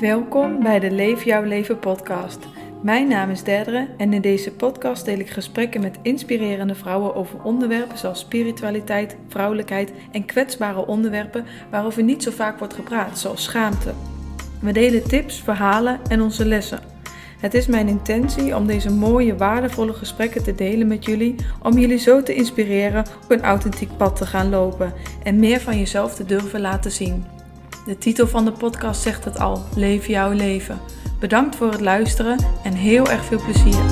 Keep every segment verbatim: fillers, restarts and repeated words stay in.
Welkom bij de Leef Jouw Leven podcast. Mijn naam is Derdere en in deze podcast deel ik gesprekken met inspirerende vrouwen over onderwerpen zoals spiritualiteit, vrouwelijkheid en kwetsbare onderwerpen waarover niet zo vaak wordt gepraat, zoals schaamte. We delen tips, verhalen en onze lessen. Het is mijn intentie om deze mooie, waardevolle gesprekken te delen met jullie, om jullie zo te inspireren op een authentiek pad te gaan lopen en meer van jezelf te durven laten zien. De titel van de podcast zegt het al, Leef Jouw Leven. Bedankt voor het luisteren en heel erg veel plezier.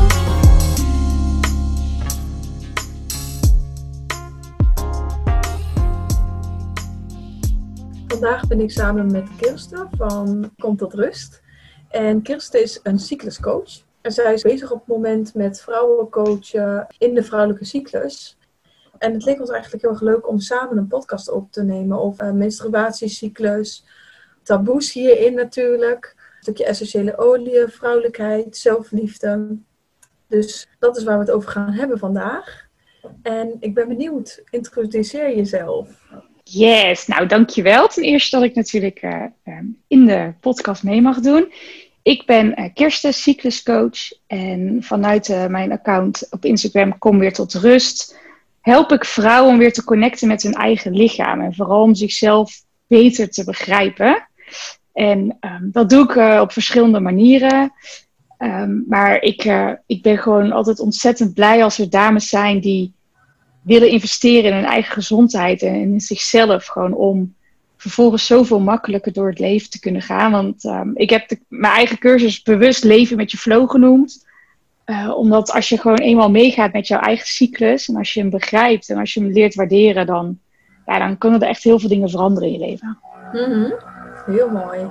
Vandaag ben ik samen met Kirsten van Kom tot Rust. En Kirsten is een cycluscoach. En zij is bezig op het moment met vrouwen coachen in de vrouwelijke cyclus. En het leek ons eigenlijk heel erg leuk om samen een podcast op te nemen over uh, menstruatiecyclus, taboes hierin natuurlijk, een stukje essentiële oliën, vrouwelijkheid, zelfliefde. Dus dat is waar we het over gaan hebben vandaag. En ik ben benieuwd, introduceer jezelf. Yes, nou dankjewel. Ten eerste dat ik natuurlijk uh, um, in de podcast mee mag doen. Ik ben uh, Kirsten, cycluscoach. En vanuit uh, mijn account op Instagram Kom Weer Tot Rust help ik vrouwen om weer te connecten met hun eigen lichaam. En vooral om zichzelf beter te begrijpen. En um, dat doe ik uh, op verschillende manieren. Um, maar ik, uh, ik ben gewoon altijd ontzettend blij als er dames zijn die willen investeren in hun eigen gezondheid en in zichzelf. Gewoon om vervolgens zoveel makkelijker door het leven te kunnen gaan. Want um, ik heb de, mijn eigen cursus bewust Leven met je flow genoemd. Uh, omdat als je gewoon eenmaal meegaat met jouw eigen cyclus. En als je hem begrijpt en als je hem leert waarderen. Dan, ja, dan kunnen er echt heel veel dingen veranderen in je leven. Mm-hmm. Heel mooi.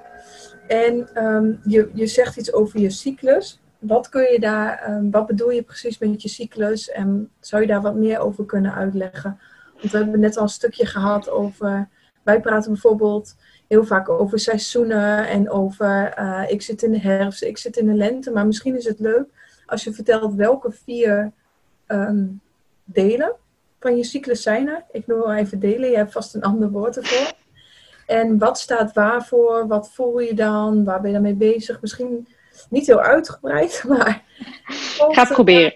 En um, je, je zegt iets over je cyclus. Wat kun je daar, um, wat bedoel je precies met je cyclus? En zou je daar wat meer over kunnen uitleggen? Want we hebben net al een stukje gehad over. Wij praten bijvoorbeeld heel vaak over seizoenen en over uh, ik zit in de herfst, ik zit in de lente. Maar misschien is het leuk als je vertelt welke vier um, delen van je cyclus zijn er. Ik noem wel even delen, je hebt vast een ander woord ervoor. En wat staat waarvoor? Wat voel je dan? Waar ben je dan mee bezig? Misschien niet heel uitgebreid, maar. Ik ga het proberen.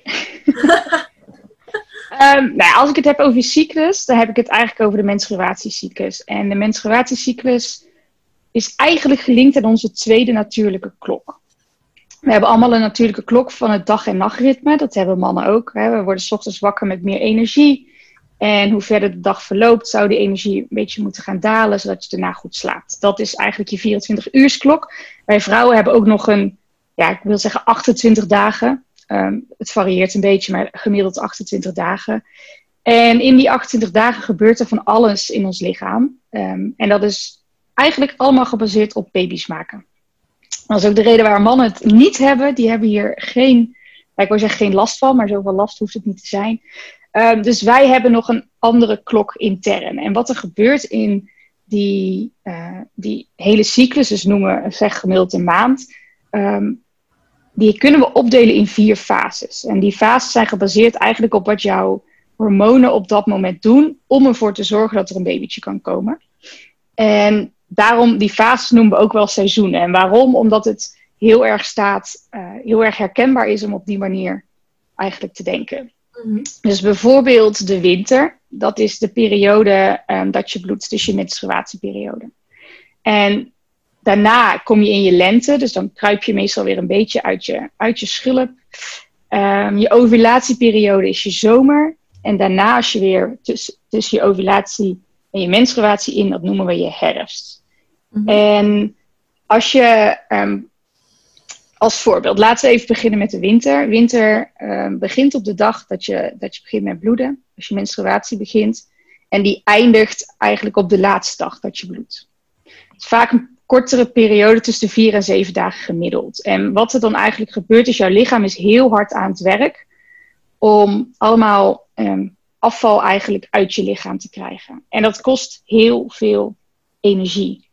um, nou, als ik het heb over je cyclus, dan heb ik het eigenlijk over de menstruatiecyclus. En de menstruatiecyclus is eigenlijk gelinkt aan onze tweede natuurlijke klok. We hebben allemaal een natuurlijke klok van het dag- en nachtritme. Dat hebben mannen ook. Hè. We worden 's ochtends wakker met meer energie. En hoe verder de dag verloopt, zou die energie een beetje moeten gaan dalen, zodat je daarna goed slaapt. Dat is eigenlijk je vierentwintig-uursklok. Wij vrouwen hebben ook nog een, ja, ik wil zeggen achtentwintig dagen. Um, het varieert een beetje, maar gemiddeld achtentwintig dagen. En in die achtentwintig dagen gebeurt er van alles in ons lichaam. Um, en dat is eigenlijk allemaal gebaseerd op baby's maken. Dat is ook de reden waar mannen het niet hebben. Die hebben hier geen, ik wil zeggen geen last van, maar zoveel last hoeft het niet te zijn. Um, dus wij hebben nog een andere klok intern. En wat er gebeurt in die, uh, die hele cyclus, dus noemen we zeg gemiddeld een maand, um, die kunnen we opdelen in vier fases. En die fases zijn gebaseerd eigenlijk op wat jouw hormonen op dat moment doen, om ervoor te zorgen dat er een babytje kan komen. En daarom, die fases noemen we ook wel seizoenen. En waarom? Omdat het heel erg staat, uh, heel erg herkenbaar is om op die manier eigenlijk te denken. Mm-hmm. Dus bijvoorbeeld de winter, dat is de periode um, dat je bloedt, dus je menstruatieperiode. En daarna kom je in je lente, dus dan kruip je meestal weer een beetje uit je, uit je schulp. Um, je ovulatieperiode is je zomer. En daarna als je weer tussen, tussen je ovulatie en je menstruatie in, dat noemen we je herfst. Mm-hmm. En als je, um, als voorbeeld, laten we even beginnen met de winter. Winter um, begint op de dag dat je, dat je begint met bloeden, als je menstruatie begint. En die eindigt eigenlijk op de laatste dag dat je bloedt. Het is vaak een kortere periode tussen de vier en zeven dagen gemiddeld. En wat er dan eigenlijk gebeurt is, jouw lichaam is heel hard aan het werk om allemaal um, afval eigenlijk uit je lichaam te krijgen. En dat kost heel veel energie.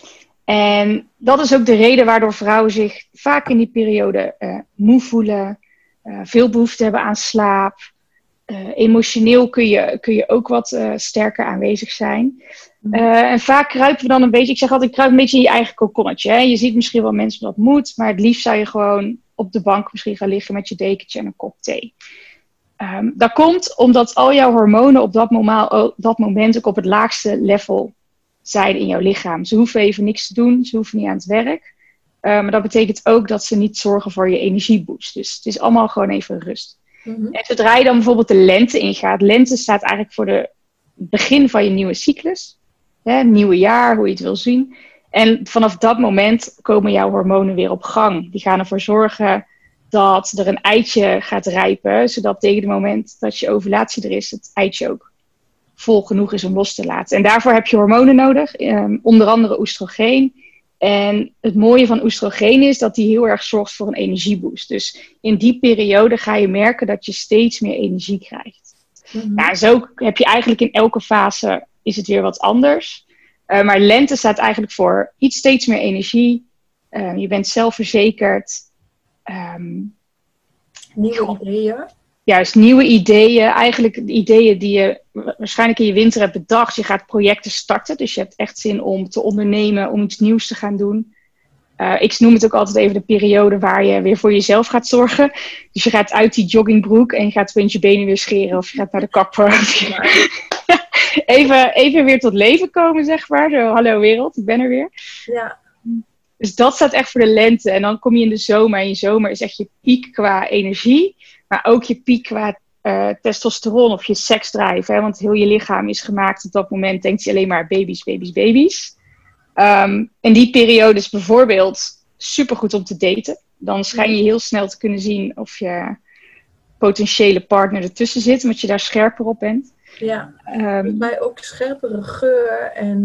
En dat is ook de reden waardoor vrouwen zich vaak in die periode uh, moe voelen, uh, veel behoefte hebben aan slaap, Uh, emotioneel kun je, kun je ook wat uh, sterker aanwezig zijn. Uh, en vaak kruipen we dan een beetje, ik zeg altijd, kruip een beetje in je eigen kokonnetje. Hè? Je ziet misschien wel mensen dat moet, maar het liefst zou je gewoon op de bank misschien gaan liggen met je dekentje en een kop thee. Um, dat komt omdat al jouw hormonen op dat, moment, op dat moment ook op het laagste level zijn in jouw lichaam. Ze hoeven even niks te doen, ze hoeven niet aan het werk. Uh, maar dat betekent ook dat ze niet zorgen voor je energieboost. Dus het is allemaal gewoon even rust. Mm-hmm. En zodra je dan bijvoorbeeld de lente ingaat. Lente staat eigenlijk voor het begin van je nieuwe cyclus. Hè, nieuwe jaar, hoe je het wil zien. En vanaf dat moment komen jouw hormonen weer op gang. Die gaan ervoor zorgen dat er een eitje gaat rijpen. Zodat tegen het moment dat je ovulatie er is, het eitje ook vol genoeg is om los te laten. En daarvoor heb je hormonen nodig. Um, onder andere oestrogeen. En het mooie van oestrogeen is dat die heel erg zorgt voor een energieboost. Dus in die periode ga je merken dat je steeds meer energie krijgt. Mm-hmm. Ja, zo heb je eigenlijk in elke fase is het weer wat anders. Uh, maar lente staat eigenlijk voor iets steeds meer energie. Uh, je bent zelfverzekerd. Um, Nieuwe ideeën. Juist, nieuwe ideeën. Eigenlijk ideeën die je waarschijnlijk in je winter hebt bedacht. Je gaat projecten starten. Dus je hebt echt zin om te ondernemen, om iets nieuws te gaan doen. Uh, ik noem het ook altijd even de periode waar je weer voor jezelf gaat zorgen. Dus je gaat uit die joggingbroek en je gaat opeens je benen weer scheren. Of je gaat naar de kapper. even, even weer tot leven komen, zeg maar. Zo, hallo wereld, ik ben er weer. Ja. Dus dat staat echt voor de lente. En dan kom je in de zomer. En je zomer is echt je piek qua energie. Maar ook je piek qua uh, testosteron of je seksdrive. Hè? Want heel je lichaam is gemaakt op dat moment. Denkt je alleen maar baby's, baby's, baby's. Um, en die periode is bijvoorbeeld supergoed om te daten. Dan schijn je heel snel te kunnen zien of je potentiële partner ertussen zit. Omdat je daar scherper op bent. Ja, um, bij ook scherpere geur en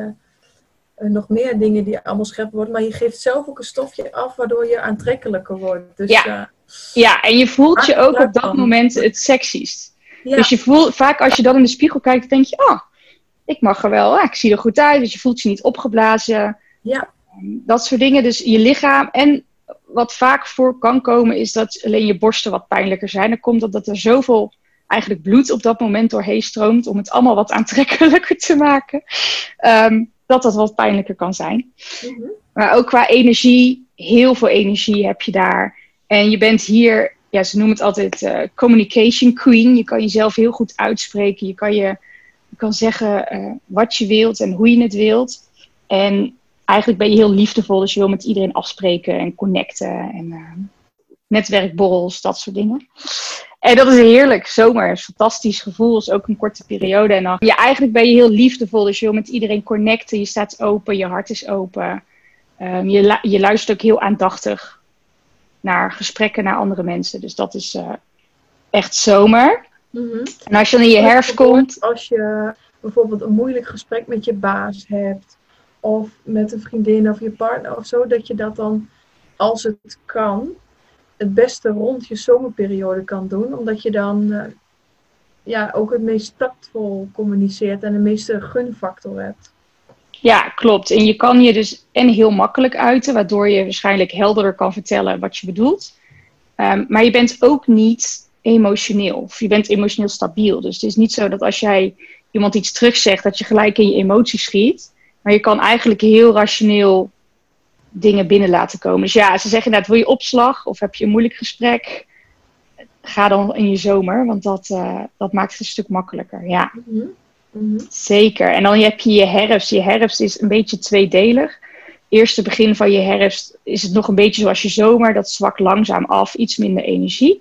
uh, nog meer dingen die allemaal scherper worden. Maar je geeft zelf ook een stofje af waardoor je aantrekkelijker wordt. Dus, ja. Uh, Ja, en je voelt je ook op dat van. moment het sexiest. Ja. Dus je voelt, vaak als je dan in de spiegel kijkt, denk je, oh, ik mag er wel, ik zie er goed uit. Dus je voelt je niet opgeblazen. Ja. Dat soort dingen. Dus je lichaam. En wat vaak voor kan komen, is dat alleen je borsten wat pijnlijker zijn. Dan komt omdat er zoveel eigenlijk bloed op dat moment doorheen stroomt, om het allemaal wat aantrekkelijker te maken. Um, dat dat wat pijnlijker kan zijn. Mm-hmm. Maar ook qua energie, heel veel energie heb je daar. En je bent hier, ja, ze noemen het altijd uh, communication queen. Je kan jezelf heel goed uitspreken. Je kan, je, je kan zeggen uh, wat je wilt en hoe je het wilt. En eigenlijk ben je heel liefdevol. Dus je wil met iedereen afspreken en connecten. En uh, netwerkborrels, dat soort dingen. En dat is heerlijk. Zomer is een fantastisch gevoel. Is ook een korte periode. En dan, ja, eigenlijk ben je heel liefdevol. Dus je wil met iedereen connecten. Je staat open, je hart is open. Um, je, lu- je luistert ook heel aandachtig naar gesprekken naar andere mensen. Dus dat is uh, echt zomer. Mm-hmm. En als je dan in je herfst komt... Als je bijvoorbeeld een moeilijk gesprek met je baas hebt, of met een vriendin of je partner of zo, dat je dat dan, als het kan, het beste rond je zomerperiode kan doen. Omdat je dan uh, ja, ook het meest tactvol communiceert en de meeste gunfactor hebt. Ja, klopt. En je kan je dus en heel makkelijk uiten, waardoor je waarschijnlijk helderder kan vertellen wat je bedoelt. Um, maar je bent ook niet emotioneel. Of je bent emotioneel stabiel. Dus het is niet zo dat als jij iemand iets terugzegt, dat je gelijk in je emoties schiet. Maar je kan eigenlijk heel rationeel dingen binnen laten komen. Dus ja, ze zeggen inderdaad, wil je opslag of heb je een moeilijk gesprek? Ga dan in je zomer, want dat, uh, dat maakt het een stuk makkelijker. Ja. Mm-hmm. Mm-hmm. Zeker. En dan heb je je herfst. Je herfst is een beetje tweedelig. Eerste begin van je herfst is het nog een beetje zoals je zomer. Dat zwakt langzaam af. Iets minder energie.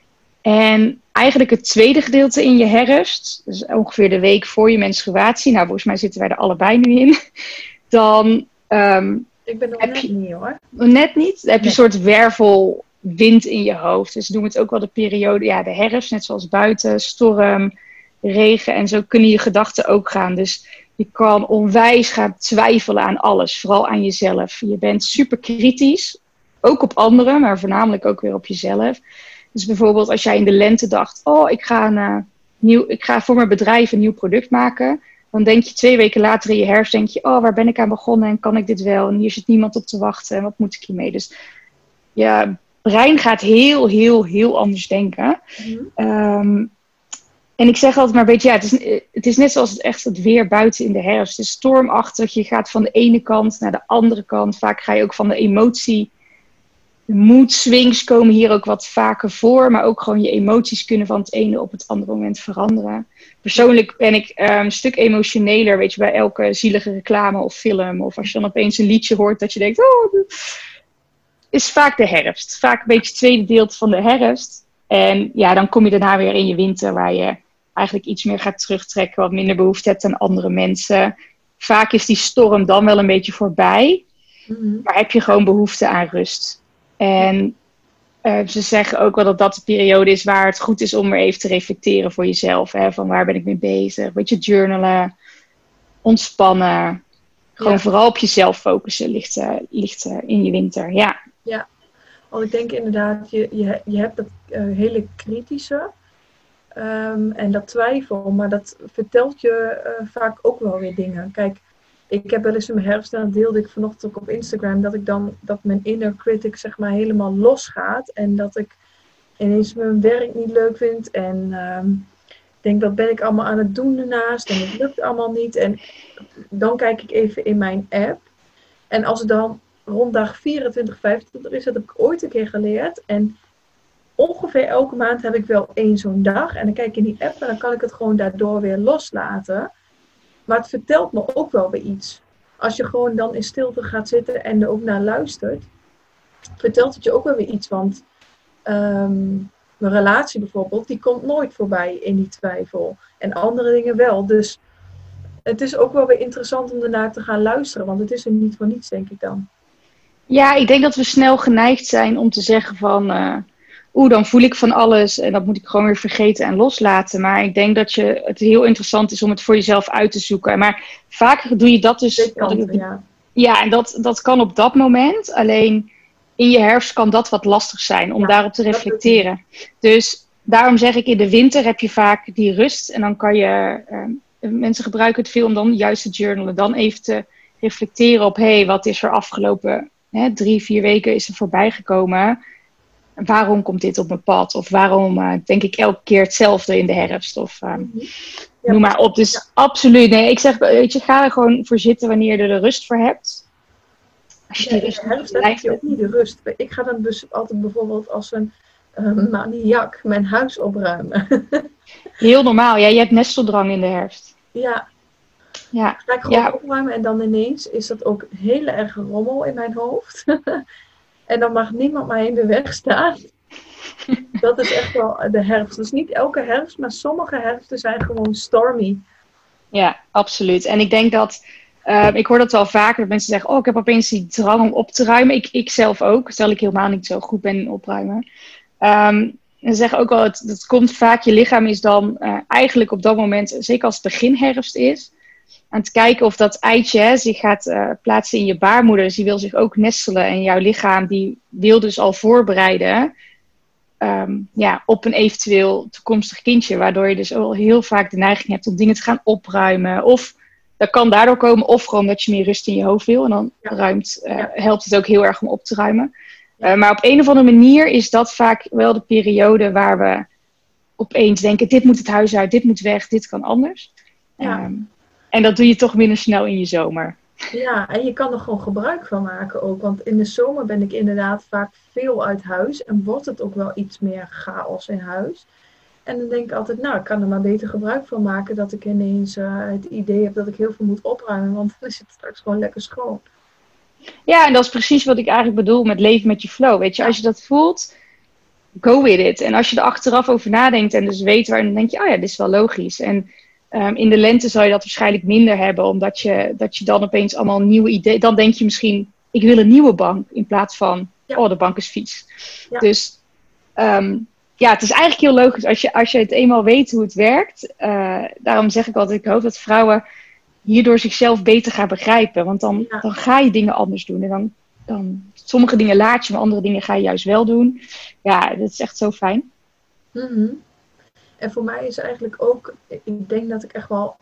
En eigenlijk het tweede gedeelte in je herfst. Dus ongeveer de week voor je menstruatie. Nou, volgens mij zitten wij er allebei nu in. Dan... Um, Ik ben nog net je, niet hoor. Net niet? Dan heb je nee. een soort wervelwind in je hoofd. Dus noem het ook wel de periode. Ja, de herfst. Net zoals buiten. Storm. Regen en zo kunnen je gedachten ook gaan. Dus je kan onwijs gaan twijfelen aan alles. Vooral aan jezelf. Je bent super kritisch. Ook op anderen, maar voornamelijk ook weer op jezelf. Dus bijvoorbeeld als jij in de lente dacht... Oh, ik ga, een, uh, nieuw, ik ga voor mijn bedrijf een nieuw product maken. Dan denk je twee weken later in je herfst... Denk je, oh, waar ben ik aan begonnen en kan ik dit wel? En hier zit niemand op te wachten. En wat moet ik hiermee? Dus je brein gaat heel, heel, heel anders denken. Mm-hmm. Um, En ik zeg altijd maar, weet je, ja, het is, het is net zoals het echt het weer buiten in de herfst. Het is stormachtig, je gaat van de ene kant naar de andere kant. Vaak ga je ook van de emotie. De mood swings komen hier ook wat vaker voor. Maar ook gewoon je emoties kunnen van het ene op het andere moment veranderen. Persoonlijk ben ik um, een stuk emotioneler, weet je, bij elke zielige reclame of film. Of als je dan opeens een liedje hoort dat je denkt, oh, is vaak de herfst. Vaak een beetje het tweede deel van de herfst. En ja, dan kom je daarna weer in je winter, waar je eigenlijk iets meer gaat terugtrekken, wat minder behoefte hebt aan andere mensen. Vaak is die storm dan wel een beetje voorbij, mm-hmm. maar heb je gewoon behoefte aan rust. En uh, ze zeggen ook wel dat dat de periode is waar het goed is om weer even te reflecteren voor jezelf. Hè? Van waar ben ik mee bezig? Een beetje journalen, ontspannen. Gewoon ja. vooral op jezelf focussen ligt, uh, ligt uh, in je winter, ja. Ja, want ik denk inderdaad, je, je, je hebt dat uh, hele kritische um, en dat twijfel, maar dat vertelt je uh, vaak ook wel weer dingen. Kijk, ik heb wel eens in mijn herfst, en dat deelde ik vanochtend ook op Instagram, dat ik dan, dat mijn inner critic zeg maar helemaal losgaat en dat ik ineens mijn werk niet leuk vind en um, denk, wat ben ik allemaal aan het doen ernaast en het lukt allemaal niet. En dan kijk ik even in mijn app en als het dan rond dag vierentwintig, vijfentwintig is, dat heb ik ooit een keer geleerd. En ongeveer elke maand heb ik wel één zo'n dag. En dan kijk ik in die app en dan kan ik het gewoon daardoor weer loslaten. Maar het vertelt me ook wel weer iets. Als je gewoon dan in stilte gaat zitten en er ook naar luistert, vertelt het je ook wel weer iets. Want um, mijn relatie bijvoorbeeld, die komt nooit voorbij in die twijfel. En andere dingen wel. Dus het is ook wel weer interessant om ernaar te gaan luisteren. Want het is er niet voor niets, denk ik dan. Ja, ik denk dat we snel geneigd zijn om te zeggen van, uh, oeh, dan voel ik van alles en dat moet ik gewoon weer vergeten en loslaten. Maar ik denk dat je, het heel interessant is om het voor jezelf uit te zoeken. Maar vaak doe je dat dus. Kanten, ik, ja. ja, en dat, dat kan op dat moment. Alleen in je herfst kan dat wat lastig zijn om ja, daarop te reflecteren. Dus daarom zeg ik, in de winter heb je vaak die rust en dan kan je, uh, mensen gebruiken het veel om dan juist te journalen, dan even te reflecteren op, hé, hey, wat is er afgelopen Hè, drie, vier weken is er voorbij gekomen. Waarom komt dit op mijn pad? Of waarom uh, denk ik elke keer hetzelfde in de herfst? Of uh, ja, noem maar op. Dus ja. absoluut. Nee, ik zeg, weet je, ga er gewoon voor zitten wanneer je er de rust voor hebt. Als je ja, die rust in de herfst heb je ook niet de rust. Ik ga dan dus altijd bijvoorbeeld als een uh, maniak mijn huis opruimen. Heel normaal. Ja, je hebt nesteldrang in de herfst. Ja. Ja. Ga ik gewoon ja. opruimen en dan ineens is dat ook heel erg rommel in mijn hoofd. En dan mag niemand mij in de weg staan. Dat is echt wel de herfst. Dus niet elke herfst, maar sommige herfsten zijn gewoon stormy. Ja, absoluut. En ik denk dat, uh, ik hoor dat wel vaker, dat mensen zeggen, oh, ik heb opeens die drang om op te ruimen. Ik, ik zelf ook, terwijl ik helemaal niet zo goed ben in opruimen. Um, en ze zeggen ook wel, het, het komt vaak, je lichaam is dan uh, eigenlijk op dat moment, zeker als het begin herfst is, aan het kijken of dat eitje hè, zich gaat uh, plaatsen in je baarmoeder. Dus die wil zich ook nestelen. En jouw lichaam die wil dus al voorbereiden um, ja, op een eventueel toekomstig kindje. Waardoor je dus al heel vaak de neiging hebt om dingen te gaan opruimen. Of dat kan daardoor komen. Of gewoon dat je meer rust in je hoofd wil. En dan ja. ruimt, uh, ja. helpt het ook heel erg om op te ruimen. Uh, maar op een of andere manier is dat vaak wel de periode waar we opeens denken, dit moet het huis uit, dit moet weg, dit kan anders. Ja. Um, En dat doe je toch minder snel in je zomer. Ja, en je kan er gewoon gebruik van maken ook. Want in de zomer ben ik inderdaad vaak veel uit huis. En wordt het ook wel iets meer chaos in huis. En dan denk ik altijd, nou, ik kan er maar beter gebruik van maken. Dat ik ineens uh, het idee heb dat ik heel veel moet opruimen. Want dan is het straks gewoon lekker schoon. Ja, en dat is precies wat ik eigenlijk bedoel met leven met je flow. Weet je, als je dat voelt, go with it. En als je er achteraf over nadenkt en dus weet waar, dan denk je, oh ja, dit is wel logisch. En Um, in de lente zal je dat waarschijnlijk minder hebben, omdat je, dat je dan opeens allemaal nieuwe ideeën... Dan denk je misschien, ik wil een nieuwe bank, in plaats van, ja. oh, de bank is vies. Ja. Dus um, ja, het is eigenlijk heel logisch als je, als je het eenmaal weet hoe het werkt. Uh, daarom zeg ik altijd, ik hoop dat vrouwen hierdoor zichzelf beter gaan begrijpen. Want dan, ja. dan ga je dingen anders doen. En dan, dan, sommige dingen laat je, maar andere dingen ga je juist wel doen. Ja, dat is echt zo fijn. Mm-hmm. En voor mij is eigenlijk ook, ik denk dat ik echt wel,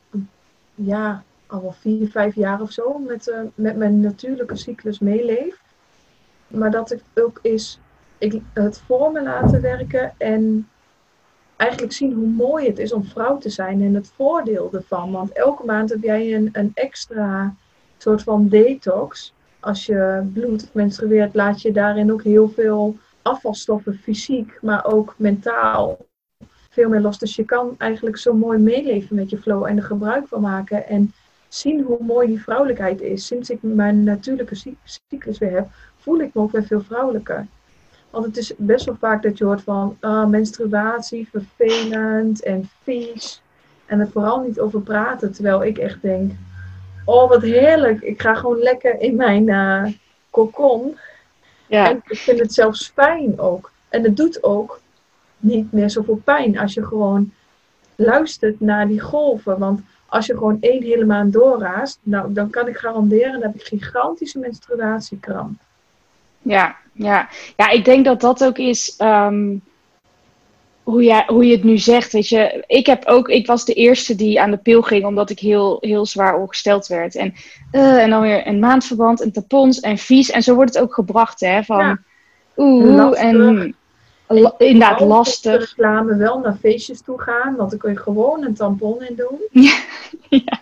ja, al wel vier, vijf jaar of zo met, uh, met mijn natuurlijke cyclus meeleef. Maar dat het ook is, ik, het voor me laten werken en eigenlijk zien hoe mooi het is om vrouw te zijn en het voordeel ervan. Want elke maand heb jij een, een extra soort van detox. Als je bloed of menstrueert, laat je daarin ook heel veel afvalstoffen, fysiek, maar ook mentaal, veel meer los. Dus je kan eigenlijk zo mooi meeleven met je flow en er gebruik van maken. En zien hoe mooi die vrouwelijkheid is. Sinds ik mijn natuurlijke cyclus weer heb, voel ik me ook weer veel vrouwelijker. Want het is best wel vaak dat je hoort van uh, menstruatie, vervelend en vies. En er vooral niet over praten. Terwijl ik echt denk, oh wat heerlijk. Ik ga gewoon lekker in mijn uh, cocon. Ja. En ik vind het zelfs fijn ook. En het doet ook niet meer zoveel pijn als je gewoon luistert naar die golven. Want als je gewoon één hele maand doorraast, nou, dan kan ik garanderen, dan heb ik gigantische menstruatiekramp. Ja, ja. ja, ik denk dat dat ook is um, hoe, jij, hoe je het nu zegt. Weet je, ik, heb ook, ik was de eerste die aan de pil ging, omdat ik heel, heel zwaar ongesteld werd. En, uh, en dan weer een maandverband en tampons en vies. En zo wordt het ook gebracht, hè. Van, ja. Oeh, en la, inderdaad lastig. Reclame wel naar feestjes toe gaan, want dan kun je gewoon een tampon in doen. Ja, ja.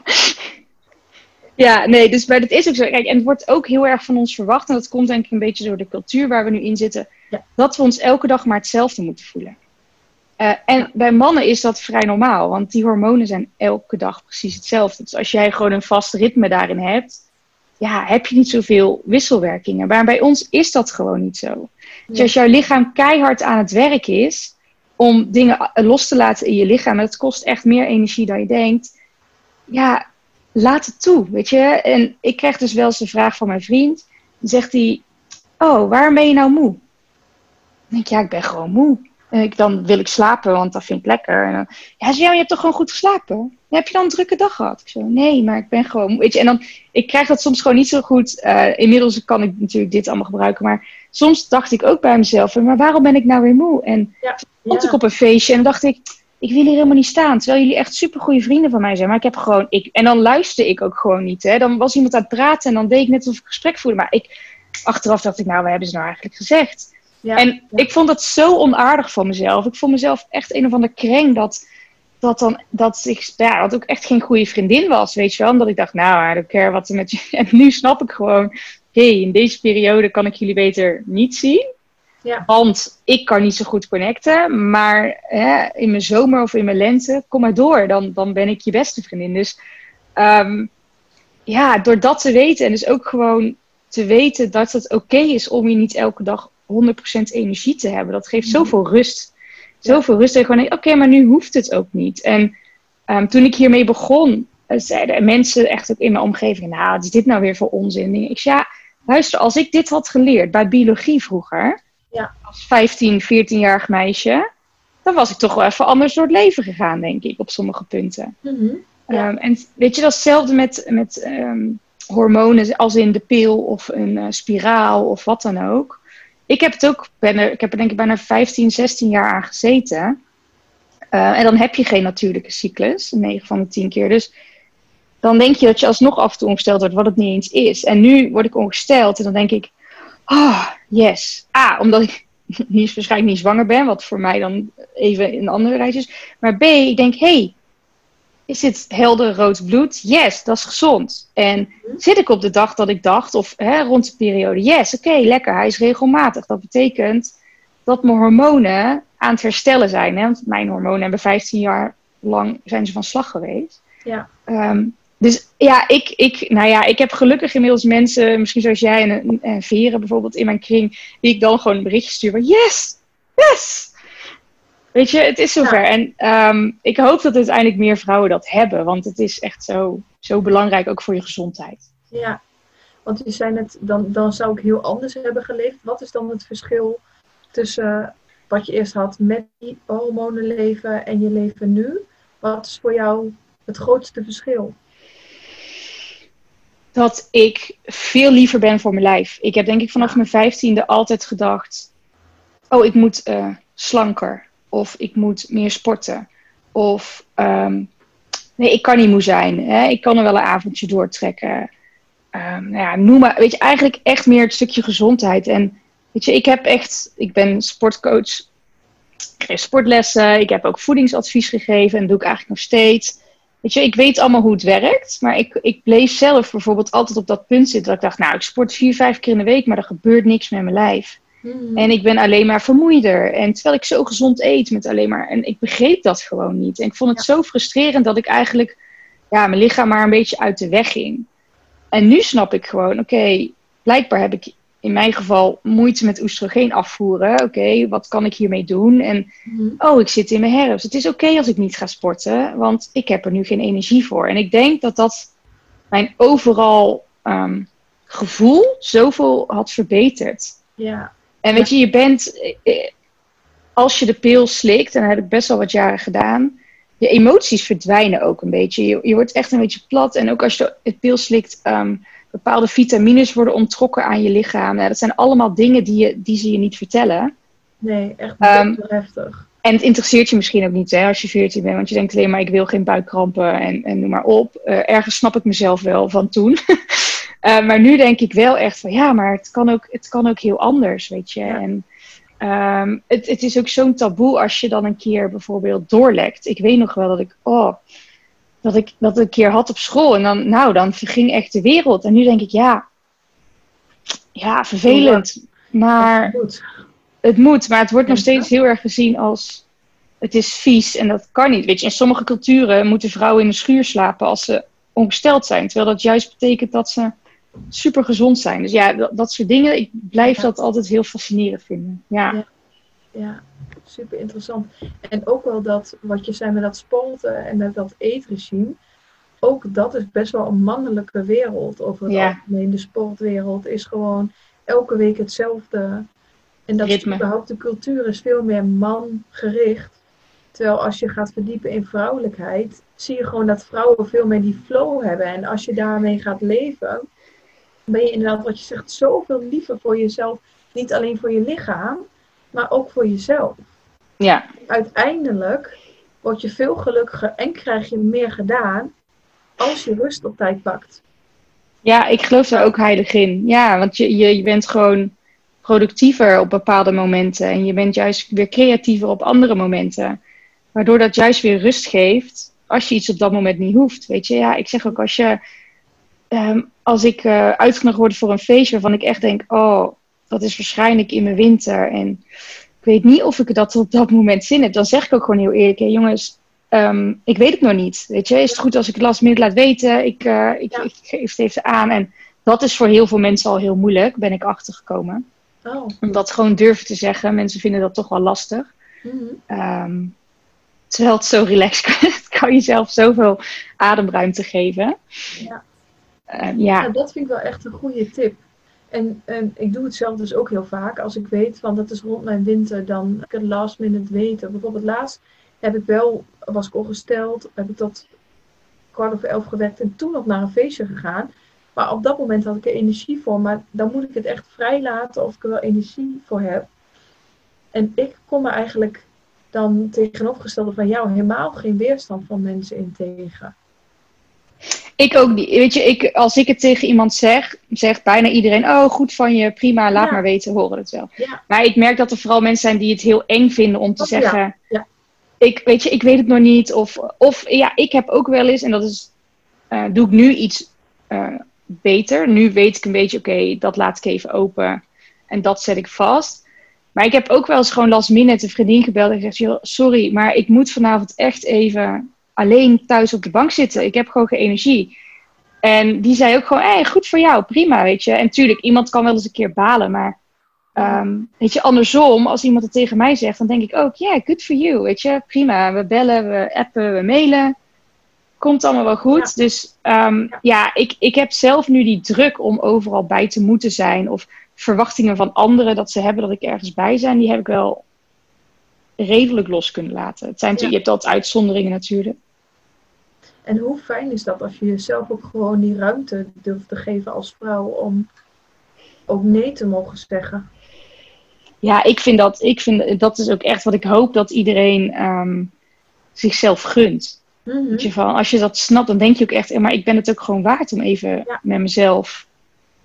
Ja, nee, dus maar dat is ook zo. Kijk, en het wordt ook heel erg van ons verwacht, en dat komt denk ik een beetje door de cultuur waar we nu in zitten, ja. dat we ons elke dag maar hetzelfde moeten voelen. Uh, en ja. bij mannen is dat vrij normaal, want die hormonen zijn elke dag precies hetzelfde. Dus als jij gewoon een vast ritme daarin hebt, ja, heb je niet zoveel wisselwerkingen. Maar bij ons is dat gewoon niet zo. Ja. Dus als jouw lichaam keihard aan het werk is om dingen los te laten in je lichaam, en dat kost echt meer energie dan je denkt, ja, laat het toe, weet je. En ik krijg dus wel eens de vraag van mijn vriend. Dan zegt hij, oh, waarom ben je nou moe? Dan denk ik, ja, ik ben gewoon moe. En ik, dan wil ik slapen, want dat vind ik lekker. En dan, ja, zo, ja, je hebt toch gewoon goed geslapen? Ja, heb je dan een drukke dag gehad? Ik zo, nee, maar ik ben gewoon moe. Weet je, en dan, ik krijg dat soms gewoon niet zo goed. Uh, inmiddels kan ik natuurlijk dit allemaal gebruiken. Maar soms dacht ik ook bij mezelf, maar waarom ben ik nou weer moe? En ja, stond ja. ik op een feestje en dacht ik, ik wil hier helemaal niet staan. Terwijl jullie echt supergoeie vrienden van mij zijn. Maar ik heb gewoon... Ik, en dan luisterde ik ook gewoon niet. Hè. Dan was iemand aan het praten en dan deed ik net alsof ik een gesprek voerde. Maar ik, achteraf dacht ik, nou, wat hebben ze nou eigenlijk gezegd? Ja, en ja. ik vond dat zo onaardig van mezelf. Ik vond mezelf echt een of ander kreng dat, dat, dan, dat ik ja, dat ook echt geen goede vriendin was, weet je wel. Omdat ik dacht, nou, I don't care wat er met je... En nu snap ik gewoon, hé, hey, in deze periode kan ik jullie beter niet zien. Ja. Want ik kan niet zo goed connecten. Maar hè, in mijn zomer of in mijn lente, kom maar door. Dan, dan ben ik je beste vriendin. Dus um, ja, door dat te weten. En dus ook gewoon te weten dat het oké okay is om je niet elke dag honderd procent energie te hebben. Dat geeft zoveel rust. Zoveel ja. rust. En gewoon, oké, okay, maar nu hoeft het ook niet. En um, toen ik hiermee begon, zeiden mensen echt ook in mijn omgeving, nou, wat is dit nou weer voor onzin? Ik zei, ja, luister, als ik dit had geleerd bij biologie vroeger, ja. als vijftien, veertien-jarig meisje, dan was ik toch wel even anders door het leven gegaan, denk ik, op sommige punten. Mm-hmm. Ja. Um, en weet je, dat is hetzelfde met, met um, hormonen, als in de pil of een uh, spiraal of wat dan ook. Ik heb het ook, ben er, ik heb er denk ik bijna vijftien, zestien jaar aan gezeten. Uh, en dan heb je geen natuurlijke cyclus, negen van de tien keer. Dus dan denk je dat je alsnog af en toe ongesteld wordt, wat het niet eens is. En nu word ik ongesteld en dan denk ik, oh, yes. A, omdat ik niet, waarschijnlijk niet zwanger ben, wat voor mij dan even een andere reis is. Maar B, ik denk, hey, is dit helder rood bloed? Yes, dat is gezond. En zit ik op de dag dat ik dacht, of hè, rond de periode, yes, oké, okay, lekker, hij is regelmatig. Dat betekent dat mijn hormonen aan het herstellen zijn. Hè? Want mijn hormonen hebben vijftien jaar lang zijn ze van slag geweest. Ja. Um, dus ja, ik, ik, nou ja, ik heb gelukkig inmiddels mensen, misschien zoals jij en, en Veren bijvoorbeeld in mijn kring, die ik dan gewoon een berichtje stuur van yes, yes! Weet je, het is zover. Ja. En um, ik hoop dat uiteindelijk meer vrouwen dat hebben, want het is echt zo, zo belangrijk ook voor je gezondheid. Ja, want je zei net, dan, dan zou ik heel anders hebben geleefd. Wat is dan het verschil tussen wat je eerst had met die hormonenleven en je leven nu? Wat is voor jou het grootste verschil? Dat ik veel liever ben voor mijn lijf. Ik heb denk ik vanaf ja. mijn vijftiende altijd gedacht, oh, ik moet uh, slanker. Of ik moet meer sporten. Of um, nee, ik kan niet moe zijn. Hè? Ik kan er wel een avondje doortrekken. Um, nou ja, noem maar. Weet je, eigenlijk echt meer het stukje gezondheid. En weet je, ik heb echt, ik ben sportcoach Ik geef sportlessen, ik heb ook voedingsadvies gegeven en dat doe ik eigenlijk nog steeds. Weet je, ik weet allemaal hoe het werkt, maar ik, ik bleef zelf bijvoorbeeld altijd op dat punt zitten dat ik dacht, nou, ik sport vier, vijf keer in de week, maar er gebeurt niks met mijn lijf. Mm-hmm. En ik ben alleen maar vermoeider. En terwijl ik zo gezond eet met alleen maar... En ik begreep dat gewoon niet. En ik vond het ja. zo frustrerend dat ik eigenlijk... Ja, mijn lichaam maar een beetje uit de weg ging. En nu snap ik gewoon... Oké, okay, blijkbaar heb ik in mijn geval moeite met oestrogeen afvoeren. Oké, okay, wat kan ik hiermee doen? En mm-hmm. oh, ik zit in mijn herfst. Het is oké okay als ik niet ga sporten. Want ik heb er nu geen energie voor. En ik denk dat dat mijn overal um, gevoel zoveel had verbeterd. Ja. En weet je, je bent, als je de pil slikt, en dat heb ik best wel wat jaren gedaan, je emoties verdwijnen ook een beetje. Je, je wordt echt een beetje plat. En ook als je het pil slikt, um, bepaalde vitamines worden onttrokken aan je lichaam. Ja, dat zijn allemaal dingen die, je, die ze je niet vertellen. Nee, echt um, heftig. En het interesseert je misschien ook niet, hè, als je veertien bent. Want je denkt alleen maar, ik wil geen buikkrampen en, en noem maar op. Uh, ergens snap ik mezelf wel van toen. Uh, maar nu denk ik wel echt van ja, maar het kan ook, het kan ook heel anders, weet je. Ja. En um, het, het is ook zo'n taboe als je dan een keer bijvoorbeeld doorlekt. Ik weet nog wel dat ik, oh, dat ik dat een keer had op school. En dan, nou, dan verging echt de wereld. En nu denk ik, ja, ja, vervelend. Maar het moet. het moet, maar het wordt nog steeds heel erg gezien als het is vies en dat kan niet. Weet je, in sommige culturen moeten vrouwen in de schuur slapen als ze ongesteld zijn. Terwijl dat juist betekent dat ze super gezond zijn. Dus ja, dat, dat soort dingen, ik blijf ja. dat altijd heel fascinerend vinden. Ja. Ja. ja, super interessant. En ook wel dat, wat je zei met dat sporten en met dat eetregime, ook dat is best wel een mannelijke wereld. Over het ja. algemeen, de sportwereld is gewoon elke week hetzelfde. En dat Ritme. is überhaupt, de cultuur is veel meer mangericht. Terwijl als je gaat verdiepen in vrouwelijkheid, zie je gewoon dat vrouwen veel meer die flow hebben. En als je daarmee gaat leven, ben je inderdaad, wat je zegt, zoveel liever voor jezelf. Niet alleen voor je lichaam, maar ook voor jezelf. Ja. Uiteindelijk word je veel gelukkiger en krijg je meer gedaan als je rust op tijd pakt. Ja, ik geloof daar ook heilig in. Ja, want je, je, je bent gewoon productiever op bepaalde momenten. En je bent juist weer creatiever op andere momenten. Waardoor dat juist weer rust geeft als je iets op dat moment niet hoeft. Weet je, ja, ik zeg ook als je... Um, als ik uh, uitgenodigd word voor een feestje waarvan ik echt denk, oh, dat is waarschijnlijk in mijn winter. En ik weet niet of ik dat op dat moment zin heb. Dan zeg ik ook gewoon heel eerlijk, hey, jongens, um, ik weet het nog niet. Weet je, is het goed als ik het last minute laat weten? Ik, uh, ik, ja. ik geef het even aan. En dat is voor heel veel mensen al heel moeilijk, ben ik achtergekomen. Oh. Om dat gewoon durven te zeggen. Mensen vinden dat toch wel lastig. Mm-hmm. Um, terwijl het zo relaxed kan, kan je zelf zoveel ademruimte geven. Ja. Uh, ja. ja, dat vind ik wel echt een goede tip. En, en ik doe het zelf dus ook heel vaak. Als ik weet, van dat is rond mijn winter, dan ik het last minute weten. Bijvoorbeeld laatst heb ik wel, was ik ongesteld, heb ik tot kwart over elf gewerkt en toen nog naar een feestje gegaan. Maar op dat moment had ik er energie voor. Maar dan moet ik het echt vrij laten of ik er wel energie voor heb. En ik kom er eigenlijk dan tegenovergestelde van jou helemaal geen weerstand van mensen in tegen. Ik ook niet. Weet je, ik, als ik het tegen iemand zeg, zegt bijna iedereen, oh, goed van je, prima, laat ja. maar weten, horen het wel. Ja. Maar ik merk dat er vooral mensen zijn die het heel eng vinden om te oh, zeggen, ja. Ja. Ik, weet je, ik weet het nog niet. Of, of ja, ik heb ook wel eens, en dat is, uh, doe ik nu iets uh, beter. Nu weet ik een beetje, oké, okay, dat laat ik even open en dat zet ik vast. Maar ik heb ook wel eens gewoon last minute een vriendin gebeld en gezegd, sorry, maar ik moet vanavond echt even alleen thuis op de bank zitten. Ik heb gewoon geen energie. En die zei ook gewoon, hey, goed voor jou, prima, weet je. En tuurlijk, iemand kan wel eens een keer balen, maar um, weet je, andersom, als iemand het tegen mij zegt, dan denk ik ook, ja, yeah, good for you, weet je, prima. We bellen, we appen, we mailen. Komt allemaal wel goed. Ja. Dus um, ja, ja ik, ik heb zelf nu die druk om overal bij te moeten zijn. Of verwachtingen van anderen dat ze hebben dat ik ergens bij zijn, die heb ik wel redelijk los kunnen laten. Het zijn ja. Je hebt altijd uitzonderingen natuurlijk. En hoe fijn is dat als je jezelf ook gewoon die ruimte durft te geven als vrouw om ook nee te mogen zeggen? Ja, ik vind dat, ik vind, dat is ook echt wat ik hoop dat iedereen um, zichzelf gunt. Mm-hmm. Je van, als je dat snapt, dan denk je ook echt, maar ik ben het ook gewoon waard om even ja. met mezelf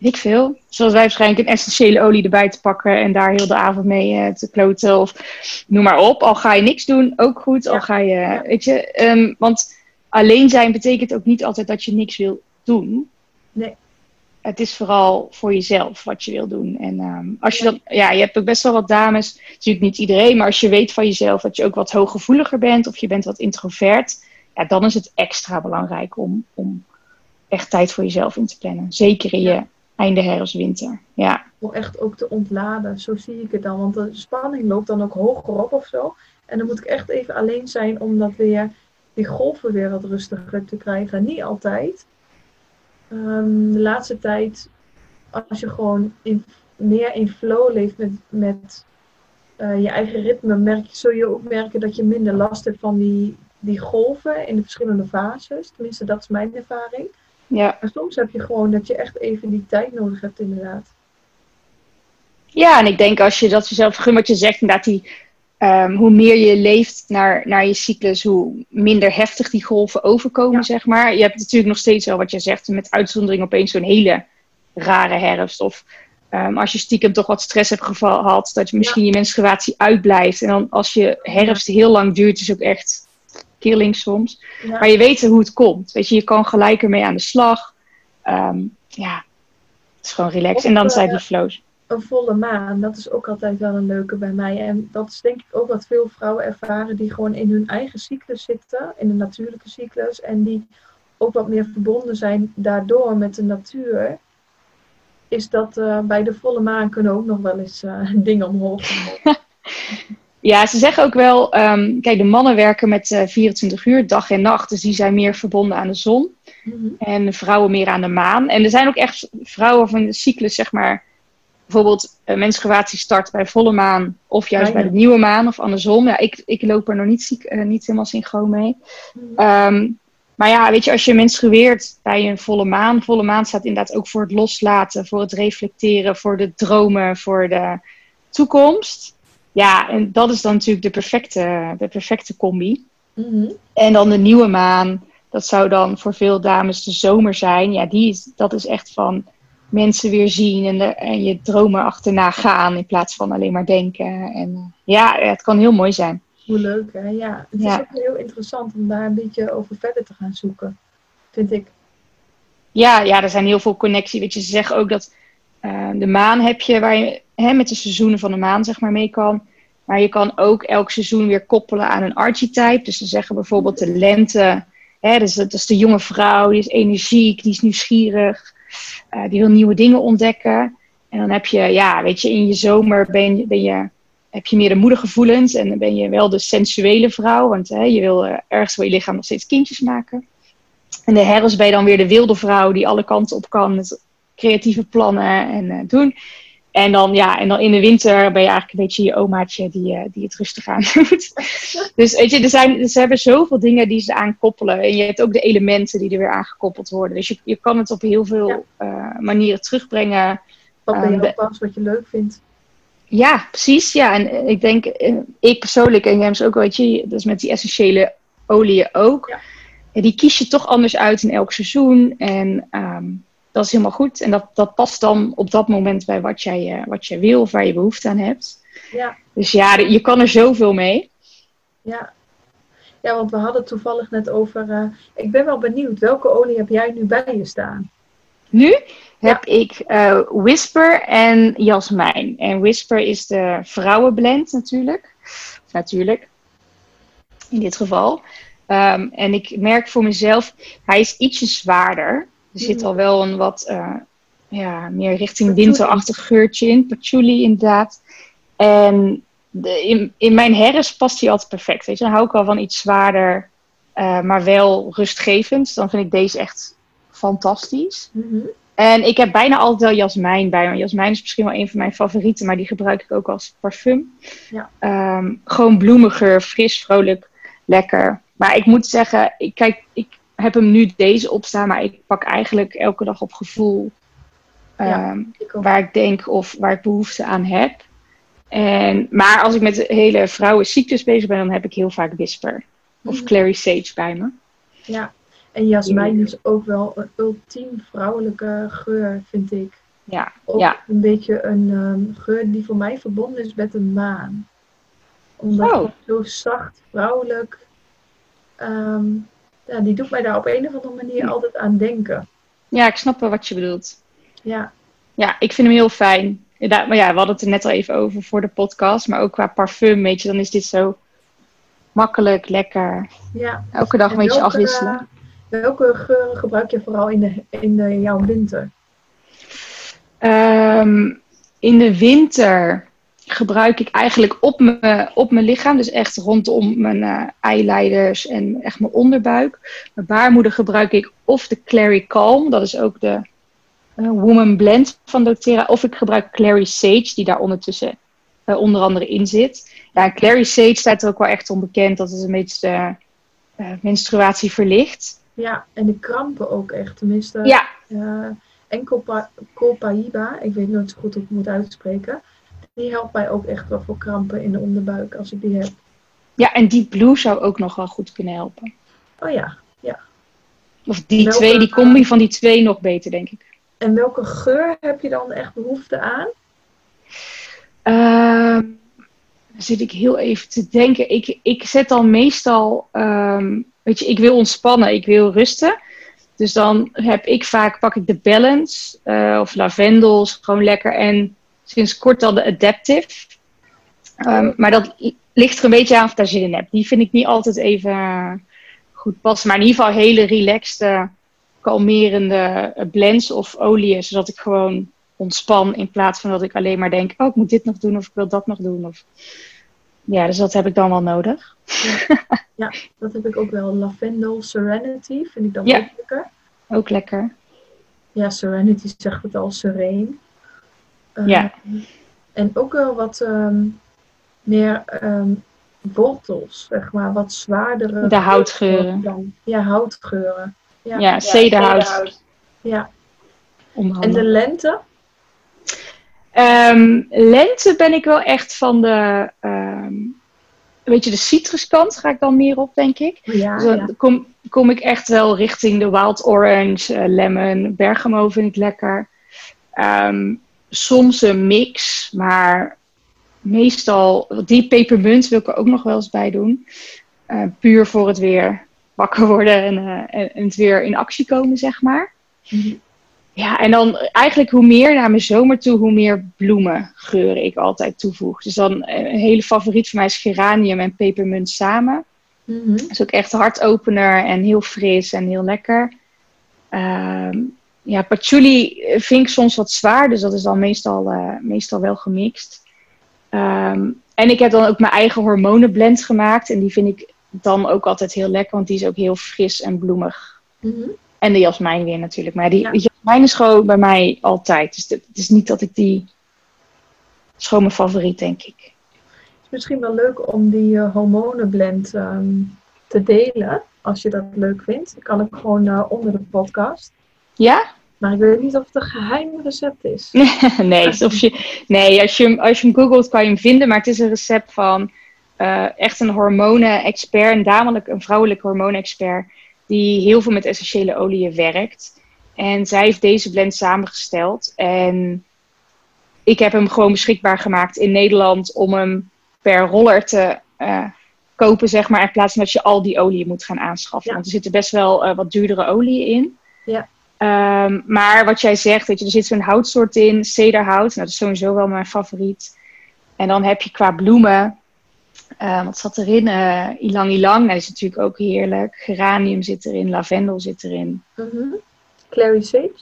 weet ik veel. Zoals wij waarschijnlijk een essentiële olie erbij te pakken en daar heel de avond mee uh, te kloten. Of noem maar op. Al ga je niks doen, ook goed. Al Ja. ga je, Ja. weet je. Um, want alleen zijn betekent ook niet altijd dat je niks wil doen. Nee. Het is vooral voor jezelf wat je wil doen. En um, als je dan, ja, je hebt ook best wel wat dames, natuurlijk niet iedereen, maar als je weet van jezelf dat je ook wat hooggevoeliger bent of je bent wat introvert, ja, dan is het extra belangrijk om, om echt tijd voor jezelf in te plannen. Zeker in je Ja. einde herfst, winter. Ja. Om echt ook te ontladen, zo zie ik het dan. Want de spanning loopt dan ook hoger op of zo. En dan moet ik echt even alleen zijn om dat weer, die golven weer wat rustiger te krijgen. Niet altijd. Um, de laatste tijd, als je gewoon in, meer in flow leeft met, met uh, je eigen ritme, merk je, zul je ook merken dat je minder last hebt van die, die golven in de verschillende fases. Tenminste, dat is mijn ervaring. Ja. Maar soms heb je gewoon dat je echt even die tijd nodig hebt, inderdaad. Ja, en ik denk als je dat jezelf gun wat je zegt, inderdaad die, um, hoe meer je leeft naar, naar je cyclus, hoe minder heftig die golven overkomen, Ja. zeg maar. Je hebt natuurlijk nog steeds wel wat je zegt, met uitzondering opeens zo'n hele rare herfst. Of um, als je stiekem toch wat stress hebt gehad, dat je misschien ja. je menstruatie uitblijft. En dan als je herfst heel lang duurt, is ook echt killing soms. Ja. Maar je weet hoe het komt. Weet je, je kan gelijk ermee aan de slag. Um, ja, het is gewoon relaxed. En dan zijn die flows. Een volle maan, dat is ook altijd wel een leuke bij mij. En dat is denk ik ook wat veel vrouwen ervaren die gewoon in hun eigen cyclus zitten, in de natuurlijke cyclus. En die ook wat meer verbonden zijn daardoor met de natuur. Is dat uh, bij de volle maan kunnen ook nog wel eens uh, dingen omhoog komen. Ja, ze zeggen ook wel, um, kijk, de mannen werken met uh, vierentwintig uur, dag en nacht. Dus die zijn meer verbonden aan de zon. Mm-hmm. En de vrouwen meer aan de maan. En er zijn ook echt vrouwen van de cyclus, zeg maar, bijvoorbeeld uh, menstruatie start bij volle maan. Of juist ja, ja. bij de nieuwe maan of andersom. Ja, ik, ik loop er nog niet, ziek, uh, niet helemaal synchroon mee. Mm-hmm. Um, maar ja, weet je, als je menstrueert bij een volle maan. Volle maan staat inderdaad ook voor het loslaten, voor het reflecteren, voor de dromen, voor de toekomst. Ja, en dat is dan natuurlijk de perfecte, de perfecte combi. Mm-hmm. En dan de nieuwe maan, dat zou dan voor veel dames de zomer zijn. Ja, die is, dat is echt van mensen weer zien en, de, en je dromen achterna gaan in plaats van alleen maar denken. En uh, ja, het kan heel mooi zijn. Hoe leuk, hè? Ja, het ja. is ook heel interessant om daar een beetje over verder te gaan zoeken, vind ik. Ja, ja, er zijn heel veel connecties. Weet je, ze zeggen ook dat uh, de maan heb je waar je hè, met de seizoenen van de maan zeg maar mee kan. Maar je kan ook elk seizoen weer koppelen aan een archetype. Dus ze zeggen bijvoorbeeld de lente. Hè, dus dat is de jonge vrouw, die is energiek, die is nieuwsgierig. Uh, die wil nieuwe dingen ontdekken. En dan heb je, ja, weet je, in je zomer ben je, ben je, heb je meer de moedergevoelens. En dan ben je wel de sensuele vrouw. Want hè, je wil uh, ergens voor je lichaam nog steeds kindjes maken. En de herfst ben je dan weer de wilde vrouw die alle kanten op kan met creatieve plannen en uh, doen. En dan, ja, en dan in de winter ben je eigenlijk een beetje je omaatje die, uh, die het rustig aan doet. Dus weet je, er zijn, ze hebben zoveel dingen die ze aan koppelen. En je hebt ook de elementen die er weer aangekoppeld worden. Dus je, je kan het op heel veel ja. uh, manieren terugbrengen. Wat bij jou past, wat je leuk vindt. Ja, precies. Ja, en ik denk, ik persoonlijk, en James ook, weet je, dus met die essentiële oliën ook. Ja. Ja, die kies je toch anders uit in elk seizoen. En um, dat is helemaal goed. En dat, dat past dan op dat moment bij wat jij, uh, wat jij wil of waar je behoefte aan hebt. Ja. Dus ja, je kan er zoveel mee. Ja, ja, want we hadden het toevallig net over... Uh, ik ben wel benieuwd, welke olie heb jij nu bij je staan? Nu ja. heb ik uh, Whisper en Jasmijn. En Whisper is de vrouwenblend natuurlijk. Of natuurlijk. In dit geval. Um, en ik merk voor mezelf, hij is ietsje zwaarder. Er zit mm. al wel een wat uh, ja, meer richting winterachtig geurtje in. Patchouli inderdaad. En de, in, in mijn herfst past hij altijd perfect. Weet je? Dan hou ik wel van iets zwaarder, uh, maar wel rustgevend. Dan vind ik deze echt fantastisch. Mm-hmm. En ik heb bijna altijd wel jasmijn bij me. Jasmijn is misschien wel een van mijn favorieten, maar die gebruik ik ook als parfum. Ja. Um, gewoon bloemigeur, fris, vrolijk, lekker. Maar ik moet zeggen, ik, kijk, ik heb hem nu deze opstaan, maar ik pak eigenlijk elke dag op gevoel um, ja, ik waar ik denk of waar ik behoefte aan heb. En, maar als ik met de hele vrouwencyclus bezig ben, dan heb ik heel vaak Whisper of mm. Clary Sage bij me. Ja, en jasmijn is ook wel een ultiem vrouwelijke geur, vind ik. Ja, Ook ja. een beetje een um, geur die voor mij verbonden is met een maan. Omdat Oh. het zo zacht, vrouwelijk. Um, ja, die doet mij daar op een of andere manier altijd aan denken. Ja, ik snap wel wat je bedoelt. Ja. Ja, ik vind hem heel fijn. Ja, maar ja, we hadden het er net al even over voor de podcast. Maar ook qua parfum, weet je, dan is dit zo makkelijk, lekker. Ja. Elke dag En een beetje welke, afwisselen. Welke geuren gebruik je vooral in, de, in de, jouw winter? Um, in de winter gebruik ik eigenlijk op mijn, op mijn lichaam, dus echt rondom mijn uh, eileiders en echt mijn onderbuik. Mijn baarmoeder gebruik ik of de Clary Calm, dat is ook de uh, Woman Blend van doTERRA, of ik gebruik Clary Sage, die daar ondertussen uh, onder andere in zit. Ja, Clary Sage staat er ook wel echt onbekend, dat het een beetje de uh, menstruatie verlicht. Ja, en de krampen ook echt, tenminste. Ja. Uh, en Copa, Copaiba, ik weet nooit zo goed hoe ik het moet uitspreken. Die helpt mij ook echt wel voor krampen in de onderbuik als ik die heb. Ja, en Deep Blue zou ook nog wel goed kunnen helpen. Oh ja, ja. Of die welke, twee, die combi van die twee nog beter, denk ik. En welke geur heb je dan echt behoefte aan? Uh, dan zit ik heel even te denken. Ik, ik zet dan meestal, um, weet je, ik wil ontspannen, ik wil rusten. Dus dan heb ik vaak, pak ik de Balance uh, of lavendels, gewoon lekker. En sinds kort dan de Adaptive. Um, maar dat ligt er een beetje aan of ik daar zin in heb. Die vind ik niet altijd even goed passen. Maar in ieder geval hele relaxed, kalmerende blends of oliën. Zodat ik gewoon ontspan in plaats van dat ik alleen maar denk, oh, ik moet dit nog doen of ik wil dat nog doen. Of... Ja, dus dat heb ik dan wel nodig. Ja, ja, dat heb ik ook wel. Lavendel Serenity vind ik dan ja, ook lekker. Ook lekker. Ja, Serenity zegt het al, sereen. Uh, ja. En ook wel wat um, meer um, wortels, zeg maar. Wat zwaardere... De houtgeuren. Dan. Ja, houtgeuren. Ja, ja cederhout. Ja. En de lente? Um, lente ben ik wel echt van de... Um, weet je, de citruskant ga ik dan meer op, denk ik. Ja, dus dan ja. kom, kom ik echt wel richting de wild orange, uh, lemon, bergamo vind ik lekker. Um, soms een mix, maar meestal... Die pepermunt wil ik er ook nog wel eens bij doen. Uh, puur voor het weer wakker worden en, uh, en, en het weer in actie komen, zeg maar. Mm-hmm. Ja, en dan eigenlijk hoe meer naar mijn zomer toe, hoe meer bloemengeuren ik altijd toevoeg. Dus dan een hele favoriet van mij is geranium en pepermunt samen. Mm-hmm. Dat is ook echt hartopener en heel fris en heel lekker. Um, ja, patchouli vind ik soms wat zwaar, dus dat is dan meestal, uh, meestal wel gemixt. Um, en ik heb dan ook mijn eigen hormonenblend gemaakt en die vind ik dan ook altijd heel lekker, want die is ook heel fris en bloemig. Mm-hmm. En de jasmijn weer natuurlijk. Maar die ja. jasmijn is gewoon bij mij altijd. Dus het is niet dat ik die... is gewoon mijn favoriet, denk ik. Het is misschien wel leuk om die uh, hormonenblend um, te delen. Als je dat leuk vindt. Dat kan ik gewoon uh, onder de podcast. Ja? Maar ik weet niet of het een geheim recept is. nee, of je, nee als, je, als je hem googelt kan je hem vinden. Maar het is een recept van uh, echt een hormonen-expert. Een damelijk, een vrouwelijke hormonen-expert. Die heel veel met essentiële oliën werkt. En zij heeft deze blend samengesteld. En ik heb hem gewoon beschikbaar gemaakt in Nederland om hem per roller te uh, kopen, zeg maar. In plaats van dat je al die oliën moet gaan aanschaffen. Ja. Want er zitten best wel uh, wat duurdere oliën in. Ja. Um, maar wat jij zegt, weet je, er zit zo'n houtsoort in, cederhout. Nou, dat is sowieso wel mijn favoriet. En dan heb je qua bloemen... Uh, wat zat erin? Uh, Ylang Ylang, nou, dat is natuurlijk ook heerlijk. Geranium zit erin, lavendel zit erin. Mm-hmm. Clary Sage?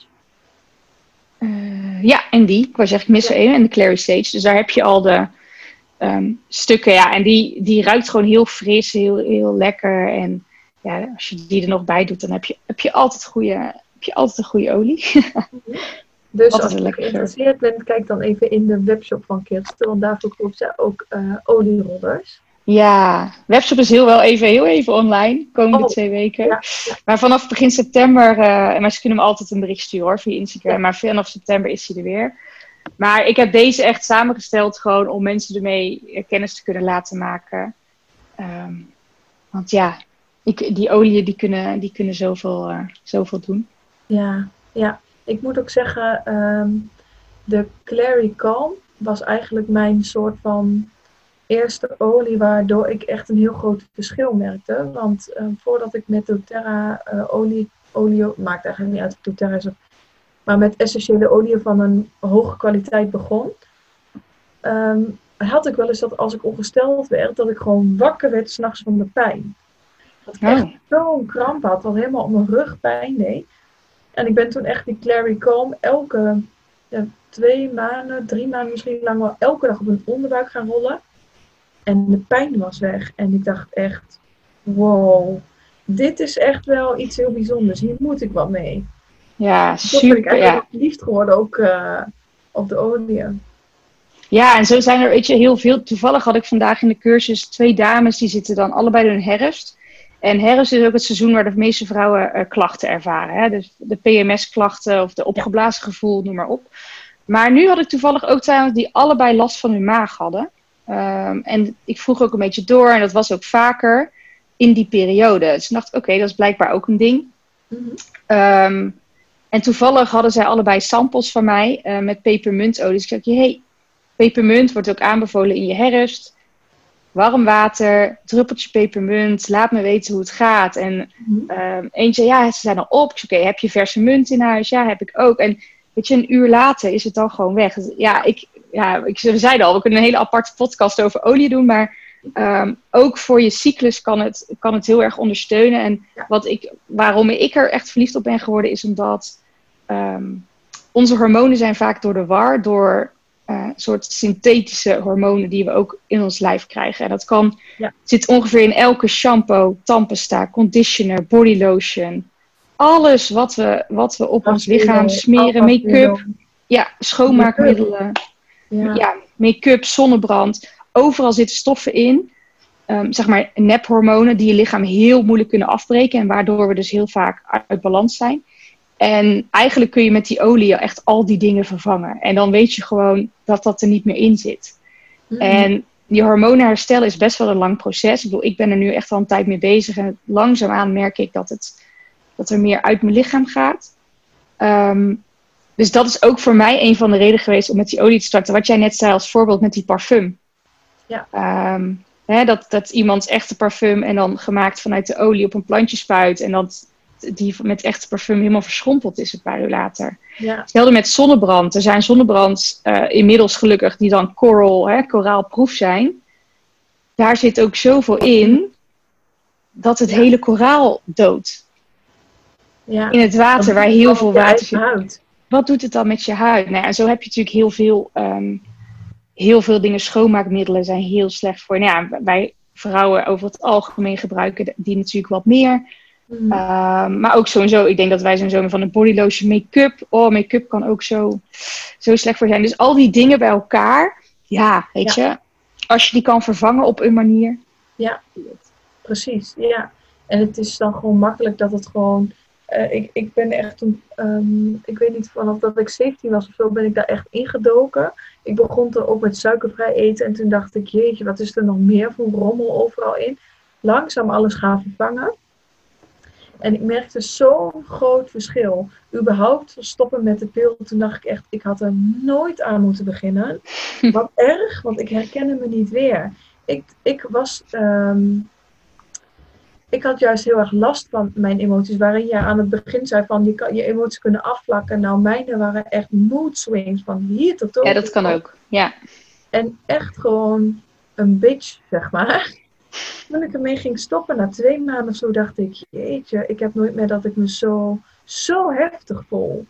Uh, ja, en die. Ik wou zeggen, ik mis er één. En de Clary Sage. Dus daar heb je al de um, stukken. Ja, en die, die ruikt gewoon heel fris, heel, heel lekker. En ja, als je die er nog bij doet, dan heb je, heb je, altijd, goede, heb je altijd een goede olie. Mm-hmm. Dus als je geïnteresseerd bent, kijk dan even in de webshop van Kirsten. Want daar verkoopt ze ook uh, olierollers. Ja, webshop is heel wel even, heel even online. Komende oh, twee weken. Ja, ja. Maar vanaf begin september, uh, maar ze kunnen me altijd een bericht sturen hoor, via Instagram. Ja. Maar vanaf september is hij er weer. Maar ik heb deze echt samengesteld gewoon om mensen ermee kennis te kunnen laten maken. Um, want ja, ik, die oliën die kunnen, die kunnen zoveel, uh, zoveel doen. Ja, ja. Ik moet ook zeggen, um, de Clary Calm was eigenlijk mijn soort van eerste olie waardoor ik echt een heel groot verschil merkte. Want uh, voordat ik met doTERRA uh, olie, olie, maakt eigenlijk niet uit of doTERRA is, maar met essentiële olie van een hoge kwaliteit begon, um, had ik wel eens dat als ik ongesteld werd, dat ik gewoon wakker werd 's nachts van de pijn. Dat ik echt zo'n kramp had, wat helemaal op mijn rug pijn deed. En ik ben toen echt die Clary Calm elke ja, twee maanden, drie maanden misschien lang wel elke dag op een onderbuik gaan rollen. En de pijn was weg. En ik dacht echt, wow, dit is echt wel iets heel bijzonders. Hier moet ik wat mee. Ja, super. super. Ik ben eigenlijk ja. verliefd geworden ook uh, op de olie. Ja, en zo zijn er weet je, heel veel. Toevallig had ik vandaag in de cursus twee dames, die zitten dan allebei in hun herfst. En herfst is ook het seizoen waar de meeste vrouwen uh, klachten ervaren. Hè? Dus de P M S-klachten of de opgeblazen gevoel, noem maar op. Maar nu had ik toevallig ook dames die allebei last van hun maag hadden. Um, en ik vroeg ook een beetje door en dat was ook vaker in die periode. Dus ik dacht, oké, okay, dat is blijkbaar ook een ding. Mm-hmm. Um, en toevallig hadden zij allebei samples van mij uh, met pepermuntolie. Dus ik zei, hey, pepermunt wordt ook aanbevolen in je herfst. Warm water, druppeltje pepermunt, laat me weten hoe het gaat. En um, eentje, ja, ze zijn al op. Ik zei, oké, okay, heb je verse munt in huis? Ja, heb ik ook. En weet je, een uur later is het dan gewoon weg. Ja, ik, ja ik, we zeiden al, we kunnen een hele aparte podcast over olie doen. Maar um, ook voor je cyclus kan het, kan het heel erg ondersteunen. En wat ik, waarom ik er echt verliefd op ben geworden, is omdat um, onze hormonen zijn vaak door de war, door Uh, soort synthetische hormonen die we ook in ons lijf krijgen. En dat kan, ja. zit ongeveer in elke shampoo, tandpasta, conditioner, body lotion. Alles wat we, wat we op ons lichaam smeren. Make-up, ja, schoonmaakmiddelen, ja. Ja, make-up, zonnebrand. Overal zitten stoffen in, um, zeg maar nephormonen die je lichaam heel moeilijk kunnen afbreken. En waardoor we dus heel vaak uit balans zijn. En eigenlijk kun je met die olie echt al die dingen vervangen. En dan weet je gewoon dat dat er niet meer in zit. Mm. En die hormonen herstellen is best wel een lang proces. Ik bedoel, ik ben er nu echt al een tijd mee bezig. En langzaamaan merk ik dat, het, dat er meer uit mijn lichaam gaat. Um, dus dat is ook voor mij een van de redenen geweest om met die olie te starten. Wat jij net zei als voorbeeld met die parfum. Ja. Um, hè, dat, dat iemands echte parfum en dan gemaakt vanuit de olie op een plantje spuit. En dat die met echte parfum helemaal verschrompeld is een paar uur later. Ja. Hetzelfde met zonnebrand. Er zijn zonnebrands uh, inmiddels gelukkig die dan coral, hè, koraalproef zijn. Daar zit ook zoveel in dat het ja. hele koraal doodt. Ja. In het water waar heel veel water zit. Wat doet het dan met je huid? Nou ja, zo heb je natuurlijk heel veel, um, heel veel dingen. Schoonmaakmiddelen zijn heel slecht voor. Nou ja, wij vrouwen over het algemeen gebruiken die natuurlijk wat meer. Mm. Uh, maar ook sowieso, ik denk dat wij sowieso van een body lotion, make-up. Oh, make-up kan ook zo, zo slecht voor zijn. Dus al die dingen bij elkaar. Ja, weet ja. je. Als je die kan vervangen op een manier. Ja, precies. Ja. En het is dan gewoon makkelijk dat het gewoon... Uh, ik, ik ben echt... Um, ik weet niet, vanaf dat ik zeventien was of zo, ben ik daar echt ingedoken. Ik begon dan ook met suikervrij eten. En toen dacht ik, jeetje, wat is er nog meer voor rommel overal in? Langzaam alles gaan vervangen. En ik merkte zo'n groot verschil. Überhaupt stoppen met de pil. Toen dacht ik echt, ik had er nooit aan moeten beginnen. Wat erg, want ik herkende me niet weer. Ik, ik was... Um, ik had juist heel erg last van mijn emoties. Waarin je aan het begin zei van, je, kan, je emoties kunnen afvlakken. Nou, mijne waren echt mood swings. Van hier tot over. Ja, dat kan ook. Ja. En echt gewoon een bitch, zeg maar. Toen ik ermee ging stoppen, na twee maanden of zo, dacht ik, jeetje, ik heb nooit meer dat ik me zo, zo heftig voel.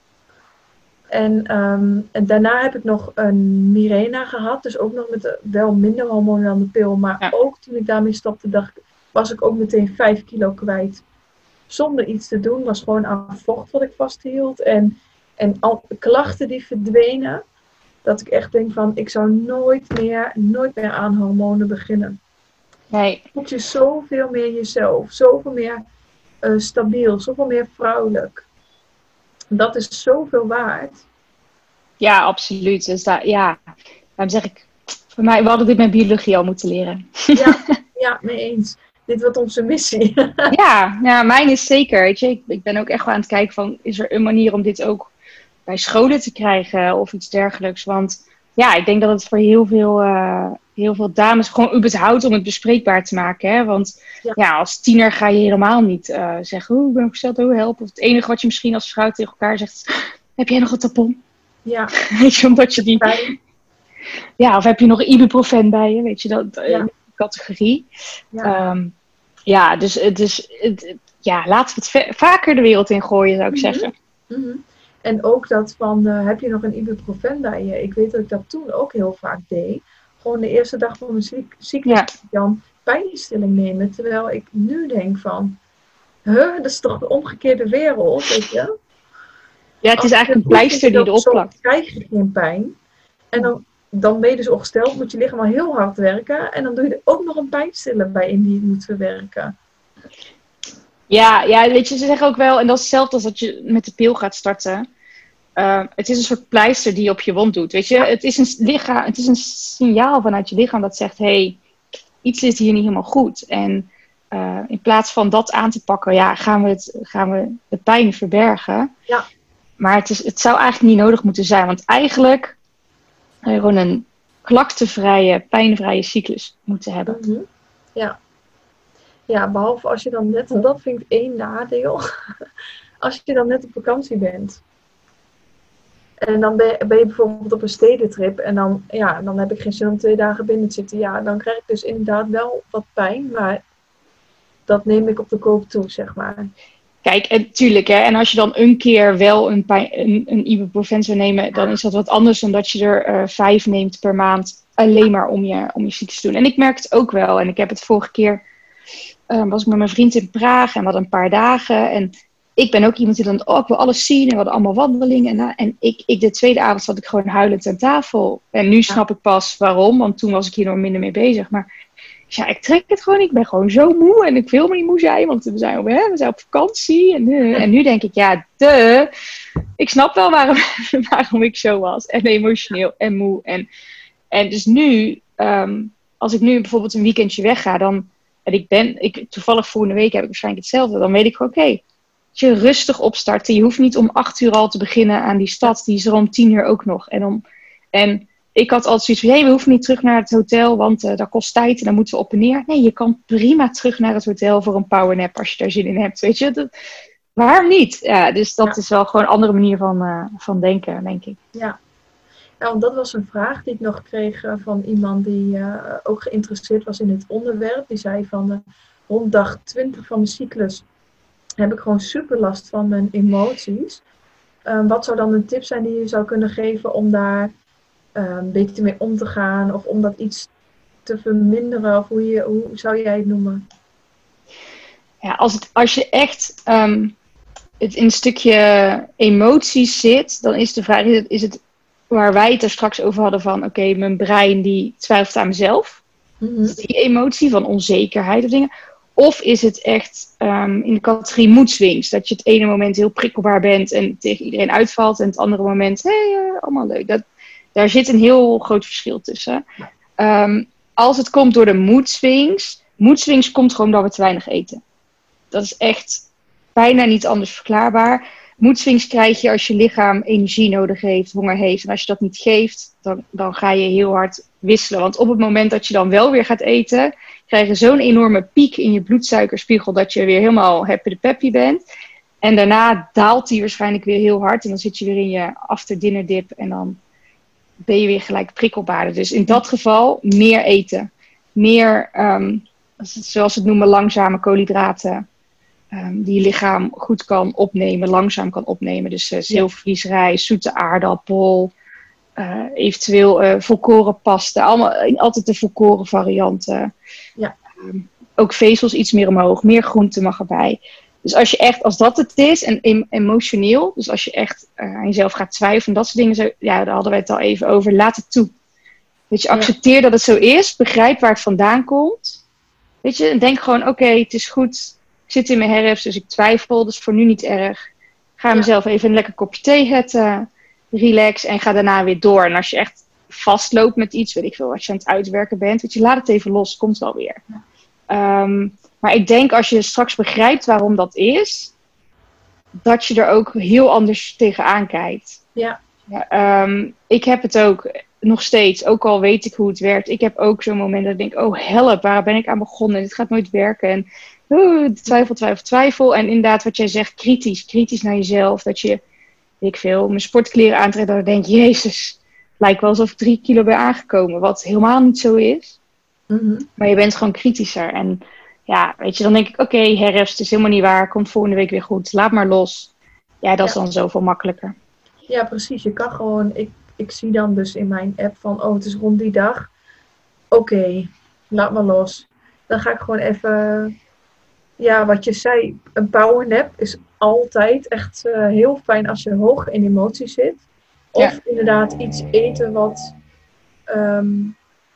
En, um, en daarna heb ik nog een Mirena gehad, dus ook nog met de, wel minder hormonen dan de pil. Maar ja. ook toen ik daarmee stopte, dacht, was ik ook meteen vijf kilo kwijt. Zonder iets te doen, was gewoon aan vocht wat ik vasthield. En, en al klachten die verdwenen, dat ik echt denk van, ik zou nooit meer, nooit meer aan hormonen beginnen. Nee. Je voelt je zoveel meer jezelf, zoveel meer uh, stabiel, zoveel meer vrouwelijk. Dat is zoveel waard. Ja, absoluut. Dus daar, ja, daarom zeg ik, voor mij, we hadden dit met biologie al moeten leren. Ja, ja, mee eens. Dit wordt onze missie. ja, ja, mijn is zeker. Weet je, ik, ik ben ook echt wel aan het kijken van, is er een manier om dit ook bij scholen te krijgen of iets dergelijks. Want ja, ik denk dat het voor heel veel, uh, heel veel dames gewoon überhaupt om het bespreekbaar te maken. Hè? Want ja. ja, als tiener ga je helemaal niet uh, zeggen, oh, ik ben ongesteld, oh, help. Of het enige wat je misschien als vrouw tegen elkaar zegt is, heb jij nog een tampon? Ja. Weet je, omdat je die... Ja, of heb je nog ibuprofen bij je? Weet je, dat ja. uh, categorie. Ja, um, ja dus, dus het, ja, laten we het ve- vaker de wereld in gooien, zou ik mm-hmm. zeggen. Mm-hmm. En ook dat van, uh, heb je nog een ibuprofen bij je? Ik weet dat ik dat toen ook heel vaak deed. Gewoon de eerste dag van mijn ziek- cyclus ja. dan pijnstilling nemen. Terwijl ik nu denk van, huh, dat is toch de omgekeerde wereld, weet je? Ja, het is eigenlijk een pleister die erop plakt. Dan krijg je geen pijn. En dan, dan ben je dus ongesteld, moet je lichaam al heel hard werken. En dan doe je er ook nog een pijnstiller bij in die je moet verwerken. Ja, ja, weet je, ze zeggen ook wel, en dat is hetzelfde als dat je met de pil gaat starten. Uh, het is een soort pleister die je op je wond doet, weet je. Ja. Het is een lichaam, het is een signaal vanuit je lichaam dat zegt, hé, hey, iets is hier niet helemaal goed. En uh, in plaats van dat aan te pakken, ja, gaan we, het, gaan we de pijn verbergen. Ja. Maar het, is, het zou eigenlijk niet nodig moeten zijn, want eigenlijk uh, gewoon een klaktenvrije, pijnvrije cyclus moeten hebben. Mm-hmm. Ja. Ja, behalve als je dan net, en dat vind ik één nadeel, als je dan net op vakantie bent. En dan ben je, ben je bijvoorbeeld op een stedentrip en dan, ja, dan heb ik geen zin om twee dagen binnen te zitten. Ja, dan krijg ik dus inderdaad wel wat pijn, maar dat neem ik op de koop toe, zeg maar. Kijk, en tuurlijk, hè, en als je dan een keer wel een, pijn, een, een ibuprofen zou nemen, dan is dat wat anders dan dat je er uh, vijf neemt per maand alleen maar om je, om je ziekte te doen. En ik merk het ook wel, en ik heb het vorige keer, uh, was ik met mijn vriend in Praag en we hadden een paar dagen en ik ben ook iemand die dan, oh, ik wil alles zien en we hadden allemaal wandelingen. En, en ik, ik de tweede avond zat ik gewoon huilend aan tafel. En nu snap ik pas waarom, want toen was ik hier nog minder mee bezig. Maar ja, ik trek het gewoon. Ik ben gewoon zo moe en ik wil maar niet moe zijn, want we zijn, hè, we zijn op vakantie. En, uh, en nu denk ik, ja, de, ik snap wel waarom, waarom ik zo was. En emotioneel en moe. En, en dus nu, um, als ik nu bijvoorbeeld een weekendje wegga, dan, en ik ben, ik, toevallig volgende week heb ik waarschijnlijk hetzelfde, dan weet ik gewoon, oké. Okay, je rustig opstarten. Je hoeft niet om acht uur al te beginnen aan die stad. Die is er om tien uur ook nog. En, om, en ik had altijd zoiets van, hey, we hoeven niet terug naar het hotel, want uh, dat kost tijd en dan moeten we op en neer. Nee, je kan prima terug naar het hotel voor een powernap als je daar zin in hebt. Weet je, dat, waarom niet? Ja, dus dat ja. is wel gewoon een andere manier van, uh, van denken, denk ik. Ja. Ja, want dat was een vraag die ik nog kreeg uh, van iemand die uh, ook geïnteresseerd was in het onderwerp. Die zei van, uh, rond dag twintig van mijn cyclus heb ik gewoon super last van mijn emoties. Um, wat zou dan een tip zijn die je zou kunnen geven om daar um, een beetje mee om te gaan? Of om dat iets te verminderen? Of hoe, je, hoe zou jij het noemen? Ja, als, het, als je echt um, het in een stukje emoties zit, dan is de vraag, is het, is het waar wij het er straks over hadden van, oké, okay, mijn brein die twijfelt aan mezelf. Mm-hmm. Die emotie van onzekerheid of dingen. Of is het echt um, in de categorie mood swings. Dat je het ene moment heel prikkelbaar bent en tegen iedereen uitvalt. En het andere moment, hé, hey, uh, allemaal leuk. Dat, daar zit een heel groot verschil tussen. Um, als het komt door de mood swings. Mood swings komt gewoon omdat we te weinig eten. Dat is echt bijna niet anders verklaarbaar. Mood swings krijg je als je lichaam energie nodig heeft, honger heeft. En als je dat niet geeft, dan, dan ga je heel hard wisselen. Want op het moment dat je dan wel weer gaat eten, krijg je zo'n enorme piek in je bloedsuikerspiegel dat je weer helemaal happy de peppy bent. En daarna daalt die waarschijnlijk weer heel hard. En dan zit je weer in je after dinner dip en dan ben je weer gelijk prikkelbaarder. Dus in dat geval meer eten. Meer, um, zoals ze het noemen, langzame koolhydraten. Um, die je lichaam goed kan opnemen, langzaam kan opnemen. Dus uh, zilvervliesrijst, zoete aardappel, uh, eventueel uh, volkoren pasta. Allemaal, altijd de volkoren varianten. Ja. Um, ook vezels iets meer omhoog, meer groente mag erbij. Dus als je echt, als dat het is, en em- emotioneel, dus als je echt uh, aan jezelf gaat twijfelen, dat soort dingen, zo, ja, daar hadden wij het al even over, laat het toe. Weet je, accepteer ja. dat het zo is, begrijp waar het vandaan komt. Weet je, en denk gewoon, oké, okay, het is goed. Ik zit in mijn herfst, dus ik twijfel. Dat is voor nu niet erg. Ga ja. mezelf even een lekker kopje thee zetten. Relax en ga daarna weer door. En als je echt vastloopt met iets, weet ik veel, als je aan het uitwerken bent. Weet je, laat het even los. Komt wel weer. Ja. Um, maar ik denk als je straks begrijpt waarom dat is, dat je er ook heel anders tegenaan kijkt. Ja. Ja, um, ik heb het ook nog steeds, ook al weet ik hoe het werkt. Ik heb ook zo'n moment dat ik denk, oh help, waar ben ik aan begonnen? Dit gaat nooit werken. En uh, twijfel, twijfel, twijfel. En inderdaad wat jij zegt, kritisch. Kritisch naar jezelf. Dat je, weet ik veel, mijn sportkleren aantrekt. Dat ik denk, jezus, lijkt wel alsof ik drie kilo ben aangekomen. Wat helemaal niet zo is. Mm-hmm. Maar je bent gewoon kritischer. En ja, weet je, dan denk ik, oké, okay, herfst is helemaal niet waar. Komt volgende week weer goed. Laat maar los. Ja, dat ja. is dan zoveel makkelijker. Ja, precies. Je kan gewoon, ik, ik zie dan dus in mijn app van, oh, het is rond die dag. Oké, okay, laat maar los. Dan ga ik gewoon even, ja, wat je zei, een powernap is altijd echt uh, heel fijn als je hoog in emoties zit. Of ja. inderdaad iets eten wat, um,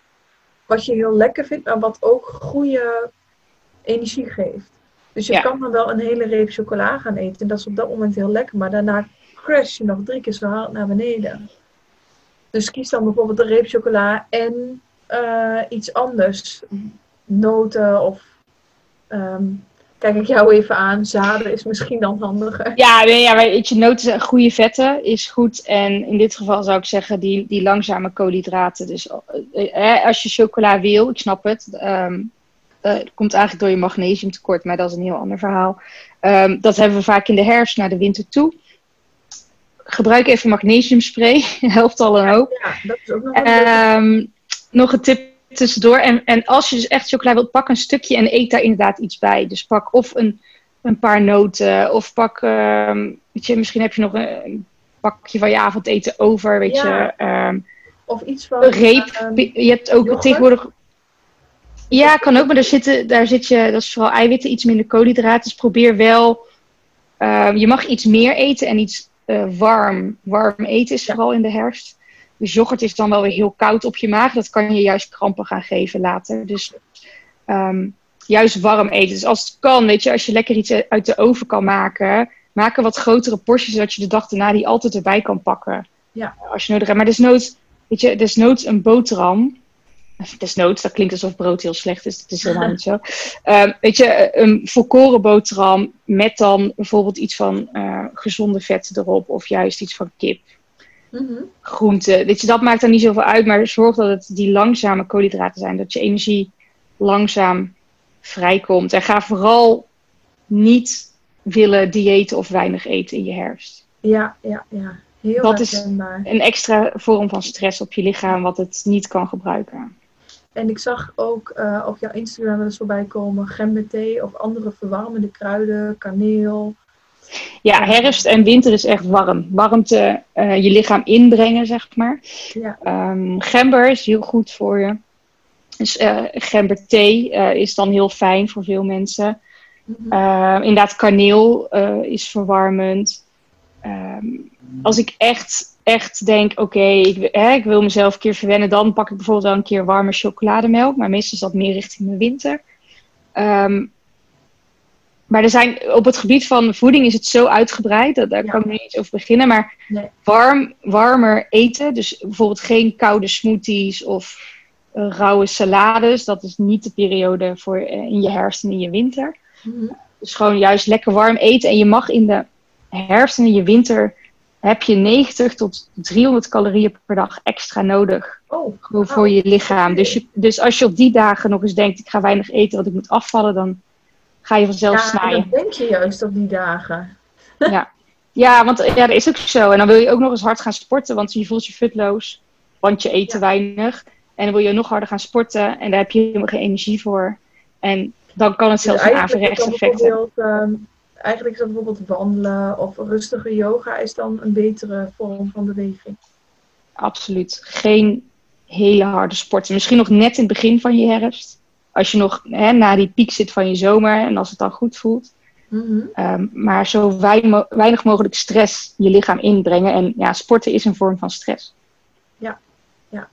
wat je heel lekker vindt, maar wat ook goede energie geeft. Dus je ja. kan dan wel een hele reep chocola gaan eten. En dat is op dat moment heel lekker, maar daarna crash je nog drie keer zo hard naar beneden. Dus kies dan bijvoorbeeld een reep chocola en uh, iets anders. Noten of... Um, kijk ik jou even aan. Zaden is misschien dan handiger. Ja, nee, ja, weet je, noten, goede vetten is goed. En in dit geval zou ik zeggen die, die langzame koolhydraten. Dus eh, als je chocola wil, ik snap het. Um, uh, het komt eigenlijk door je magnesiumtekort, maar dat is een heel ander verhaal. Um, dat hebben we vaak in de herfst naar de winter toe. Gebruik even magnesiumspray. Helpt al een hoop. Ja, dat is ook nog een um, Nog een tip tussendoor. En, en als je dus echt chocola wilt, pak een stukje en eet daar inderdaad iets bij. Dus pak of een, een paar noten. Of pak, um, weet je, misschien heb je nog een, een pakje van je avondeten over. Weet ja. je. Um, of iets van... Een reep. Um, je hebt ook yoghurt. Tegenwoordig... Ja, kan ook. Maar daar, zitten, daar zit je, dat is vooral eiwitten, iets minder koolhydraten. Dus probeer wel... Um, je mag iets meer eten en iets... Uh, warm, warm eten is vooral in de herfst. Dus yoghurt is dan wel weer heel koud op je maag. Dat kan je juist krampen gaan geven later. Dus um, juist warm eten. Dus als het kan, weet je, als je lekker iets uit de oven kan maken, maak een wat grotere porties, zodat je de dag daarna die altijd erbij kan pakken. Ja. Als je nodig hebt. Maar desnoods, weet je, desnoods een boterham. Desnoods, dat klinkt alsof brood heel slecht is. Dat is helemaal niet zo. Um, weet je, een volkoren boterham met dan bijvoorbeeld iets van uh, gezonde vetten erop. Of juist iets van kip. Mm-hmm. Groente. Weet je, dat maakt dan niet zoveel uit. Maar zorg dat het die langzame koolhydraten zijn. Dat je energie langzaam vrijkomt. En ga vooral niet willen diëten of weinig eten in je herfst. Ja, ja, ja. Heel dat herkenbaar. Is een extra vorm van stress op je lichaam wat het niet kan gebruiken. En ik zag ook uh, op jouw Instagram wel eens voorbij komen gemberthee of andere verwarmende kruiden, kaneel. Ja, herfst en winter is echt warm. Warmte uh, je lichaam inbrengen, zeg maar. Ja. Um, gember is heel goed voor je. Dus uh, gemberthee uh, is dan heel fijn voor veel mensen. Mm-hmm. Uh, inderdaad, kaneel uh, is verwarmend. Um, als ik echt, echt denk, oké, okay, ik, ik wil mezelf een keer verwennen, dan pak ik bijvoorbeeld wel een keer warme chocolademelk. Maar meestal is dat meer richting de winter. Um, maar er zijn, op het gebied van voeding is het zo uitgebreid, dat, daar ja. kan ik nu niet over beginnen. Maar nee. warm, warmer eten, dus bijvoorbeeld geen koude smoothies of uh, rauwe salades. Dat is niet de periode voor uh, in je herfst en in je winter. Mm-hmm. Dus gewoon juist lekker warm eten. En je mag in de herfst en in je winter heb je negentig tot driehonderd calorieën per dag extra nodig. Oh, wow. Voor je lichaam. Dus, je, dus als je op die dagen nog eens denkt, ik ga weinig eten, want ik moet afvallen, dan ga je vanzelf ja, snijden. Ja, dat denk je juist op die dagen. ja. ja, want ja, dat is ook zo. En dan wil je ook nog eens hard gaan sporten, want je voelt je futloos, want je eet te ja. weinig. En dan wil je nog harder gaan sporten en daar heb je helemaal geen energie voor. En dan kan het zelfs dus een averechts effect hebben. Eigenlijk is dat bijvoorbeeld wandelen of rustige yoga is dan een betere vorm van beweging. Absoluut. Geen hele harde sporten. Misschien nog net in het begin van je herfst. Als je nog hè, na die piek zit van je zomer en als het dan goed voelt. Mm-hmm. Um, maar zo weinig, weinig mogelijk stress je lichaam inbrengen. En ja, sporten is een vorm van stress. Ja, ja.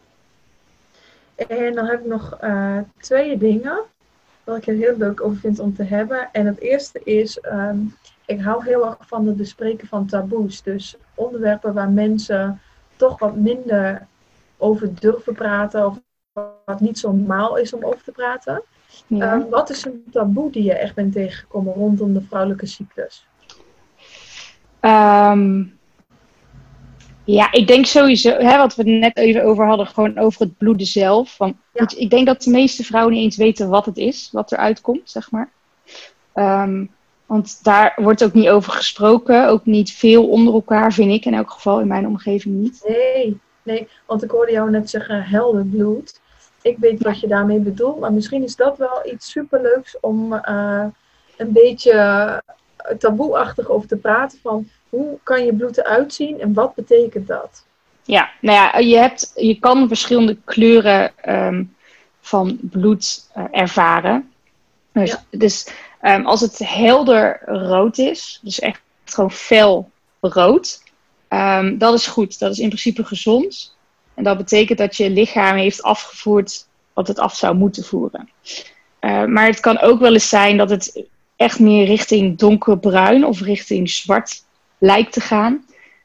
En dan heb ik nog uh, twee dingen. Wat ik er heel leuk over vind om te hebben. En het eerste is, um, ik hou heel erg van het bespreken van taboes. Dus onderwerpen waar mensen toch wat minder over durven praten. Of wat niet zo normaal is om over te praten. Ja. Um, wat is een taboe die je echt bent tegengekomen rondom de vrouwelijke cyclus? Um, Ja, ik denk sowieso, hè, wat we het net even over hadden, gewoon over het bloeden zelf. Van, Ja. ik, ik denk dat de meeste vrouwen niet eens weten wat het is, wat eruit komt, zeg maar. Um, want daar wordt ook niet over gesproken, ook niet veel onder elkaar, vind ik in elk geval, in mijn omgeving niet. Nee, nee, want ik hoorde jou net zeggen helder bloed. Ik weet wat je daarmee bedoelt, maar misschien is dat wel iets superleuks om uh, een beetje taboeachtig over te praten van hoe kan je bloed eruit zien en wat betekent dat? Ja, nou ja, je, hebt, je kan verschillende kleuren um, van bloed uh, ervaren. Dus, ja. dus um, als het helder rood is, dus echt gewoon fel rood, um, dat is goed. Dat is in principe gezond. En dat betekent dat je lichaam heeft afgevoerd wat het af zou moeten voeren. Uh, maar het kan ook wel eens zijn dat het echt meer richting donkerbruin of richting zwart lijkt te gaan.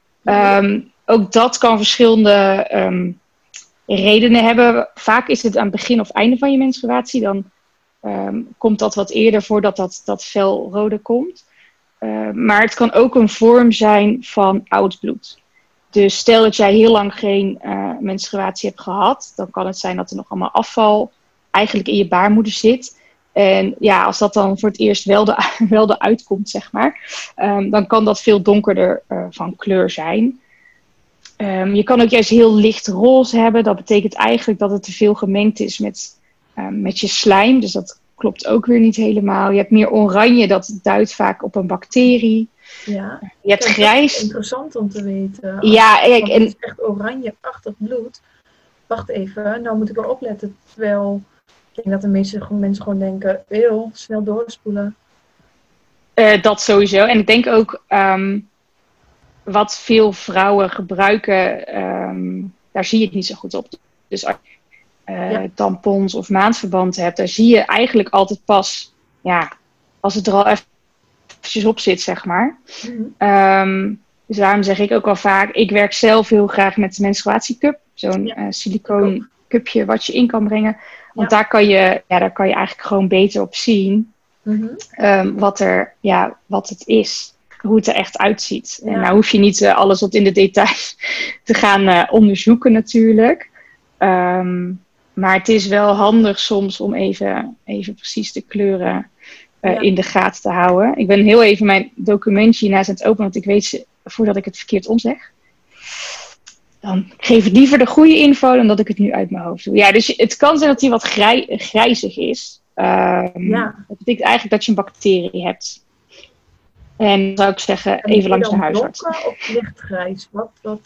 Um, ook dat kan verschillende um, redenen hebben. Vaak is het aan het begin of einde van je menstruatie. Dan um, komt dat wat eerder voordat dat, dat felrode komt. Uh, maar het kan ook een vorm zijn van oud bloed. Dus stel dat jij heel lang geen uh, menstruatie hebt gehad. Dan kan het zijn dat er nog allemaal afval eigenlijk in je baarmoeder zit. En ja, als dat dan voor het eerst wel, de, wel eruit komt, zeg maar. Um, dan kan dat veel donkerder uh, van kleur zijn. Um, je kan ook juist heel licht roze hebben. Dat betekent eigenlijk dat het te veel gemengd is met, um, met je slijm. Dus dat klopt ook weer niet helemaal. Je hebt meer oranje. Dat duidt vaak op een bacterie. Ja, je hebt ja, grijs. Dat is interessant om te weten. Ja, kijk, en... het is echt oranje-achtig bloed. Wacht even, nou moet ik wel opletten. Terwijl ik denk dat de meeste mensen gewoon denken, eeuw, snel doorspoelen. Uh, dat sowieso. En ik denk ook... Um, wat veel vrouwen gebruiken, um, daar zie je het niet zo goed op. Dus als je uh, ja. tampons of maandverband hebt, daar zie je eigenlijk altijd pas, ja, als het er al eventjes op zit, zeg maar. Mm-hmm. Um, dus daarom zeg ik ook al vaak, ik werk zelf heel graag met de menstruatiecup. Zo'n ja. uh, silicoon cupje wat je in kan brengen. Want ja. daar, kan je, ja, daar kan je eigenlijk gewoon beter op zien mm-hmm. um, wat, er, ja, wat het is. Hoe het er echt uitziet. Ja. En nou hoef je niet uh, alles wat in de details te gaan uh, onderzoeken natuurlijk. Um, maar het is wel handig soms om even, even precies de kleuren uh, ja. in de gaten te houden. Ik ben heel even mijn documentje hiernaast aan het openen, want ik weet ze, voordat ik het verkeerd omzeg. Dan geef ik liever de goede info dan dat ik het nu uit mijn hoofd doe. Ja, dus het kan zijn dat hij wat grij, grijzig is. Um, ja. Dat betekent eigenlijk dat je een bacterie hebt. En dan zou ik zeggen, en even langs de huisarts. Donker of lichtgrijs? Wat, wat?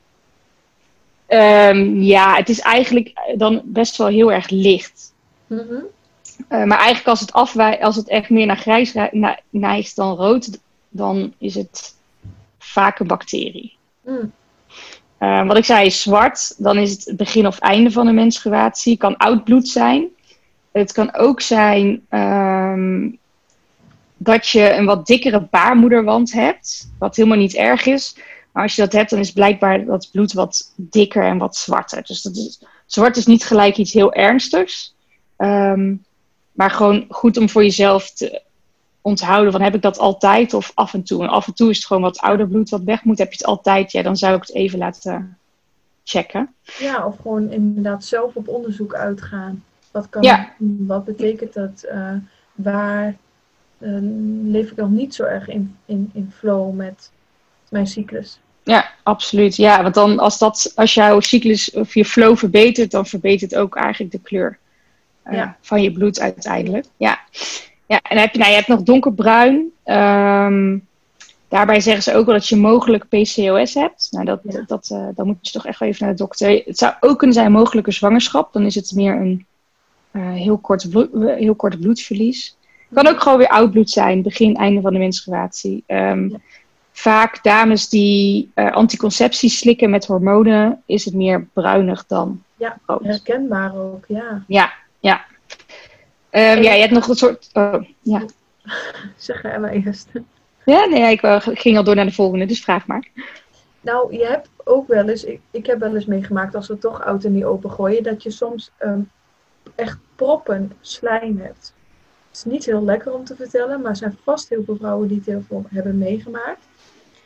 Um, ja, het is eigenlijk dan best wel heel erg licht. Mm-hmm. Uh, maar eigenlijk als het, afwij- als het echt meer naar grijs neigt dan rood, dan is het vaak een bacterie. Mm. Uh, wat ik zei is zwart, dan is het het begin of einde van de menstruatie. Het kan oud bloed zijn. Het kan ook zijn... Um, dat je een wat dikkere baarmoederwand hebt. Wat helemaal niet erg is. Maar als je dat hebt, dan is blijkbaar dat bloed wat dikker en wat zwarter. Dus dat is, zwart is niet gelijk iets heel ernstigs. Um, maar gewoon goed om voor jezelf te onthouden. Van heb ik dat altijd of af en toe? En af en toe is het gewoon wat ouder bloed wat weg moet. Heb je het altijd? Ja, dan zou ik het even laten checken. Ja, of gewoon inderdaad zelf op onderzoek uitgaan. Wat kan ja. Wat betekent dat? Uh, waar... Uh, leef ik nog niet zo erg in, in, in flow met mijn cyclus. Ja, absoluut. Ja, want dan als, dat, als jouw cyclus of je flow verbetert, dan verbetert ook eigenlijk de kleur uh, ja. van je bloed uiteindelijk. Ja, ja en dan heb je, nou, je hebt nog donkerbruin. Um, daarbij zeggen ze ook wel dat je mogelijk P C O S hebt. Nou, dat, ja. dat, uh, dan moet je toch echt wel even naar de dokter. Het zou ook kunnen zijn mogelijke zwangerschap. Dan is het meer een uh, heel, kort bloed, heel kort bloedverlies. Het kan ook gewoon weer oud bloed zijn, begin, einde van de menstruatie. Um, ja. Vaak dames die uh, anticonceptie slikken met hormonen, is het meer bruinig dan ja, rood. Herkenbaar ook, ja. Ja, ja. Um, ja, je hebt nog een soort... Oh, ja. Zeg jij maar eerst. Ja, nee, ik uh, ging al door naar de volgende, dus vraag maar. Nou, je hebt ook wel eens... Ik, ik heb wel eens meegemaakt, als we toch oud en niet opengooien, dat je soms um, echt proppen slijm hebt. Het is niet heel lekker om te vertellen, maar er zijn vast heel veel vrouwen die het heel veel hebben meegemaakt.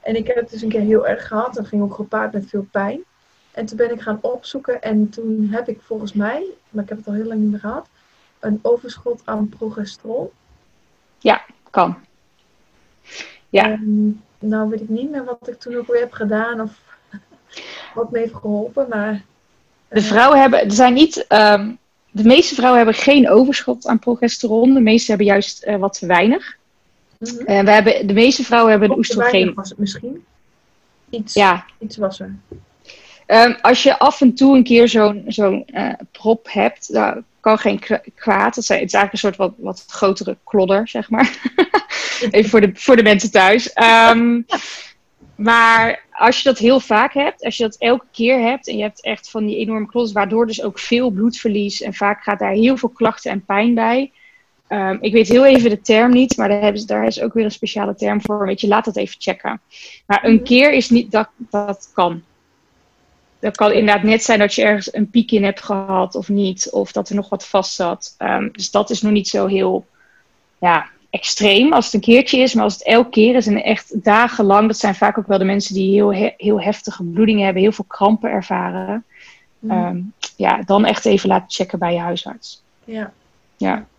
En ik heb het dus een keer heel erg gehad. Dat ging ook gepaard met veel pijn. En toen ben ik gaan opzoeken. En toen heb ik volgens mij, maar ik heb het al heel lang niet meer gehad, een overschot aan progesteron. Ja, kan. Ja. En, nou weet ik niet meer wat ik toen ook weer heb gedaan. Of wat me heeft geholpen. Maar, de vrouwen hebben, er zijn niet... Um, de meeste vrouwen hebben geen overschot aan progesteron. De meeste hebben juist uh, wat te weinig. Mm-hmm. Uh, we hebben, de meeste vrouwen hebben de oestrogeen. Was het misschien? Iets, ja. iets was er. Um, als je af en toe een keer zo'n zo'n uh, prop hebt, dat kan geen kwaad. Het is eigenlijk een soort wat, wat grotere klodder, zeg maar. Even voor de, voor de mensen thuis. Um, maar als je dat heel vaak hebt, als je dat elke keer hebt en je hebt echt van die enorme klodders, waardoor dus ook veel bloedverlies en vaak gaat daar heel veel klachten en pijn bij. Um, ik weet heel even de term niet, maar daar, hebben ze, daar is ook weer een speciale term voor. Weet je, laat dat even checken. Maar een keer is niet, dat, dat kan. Dat kan inderdaad net zijn dat je ergens een piek in hebt gehad of niet. Of dat er nog wat vast zat. Um, dus dat is nog niet zo heel ja, extreem als het een keertje is. Maar als het elke keer is en echt dagenlang. Dat zijn vaak ook wel de mensen die heel, he- heel heftige bloedingen hebben. Heel veel krampen ervaren. Um, ja, dan echt even laten checken bij je huisarts. Ja. Ja.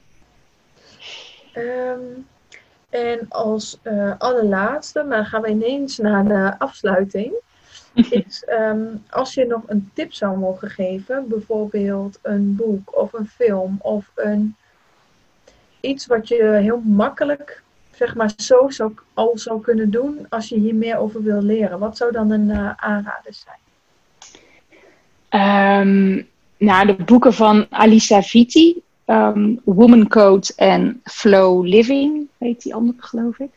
Um, en als uh, allerlaatste, maar dan gaan we ineens naar de afsluiting. Is, um, als je nog een tip zou mogen geven, bijvoorbeeld een boek of een film of een, iets wat je heel makkelijk, zeg maar, zo zou, al zou kunnen doen als je hier meer over wil leren. Wat zou dan een uh, aanrader zijn? Um, nou, de boeken van Alisa Vitti, um, Woman Code en Flow Living, heet die andere, geloof ik.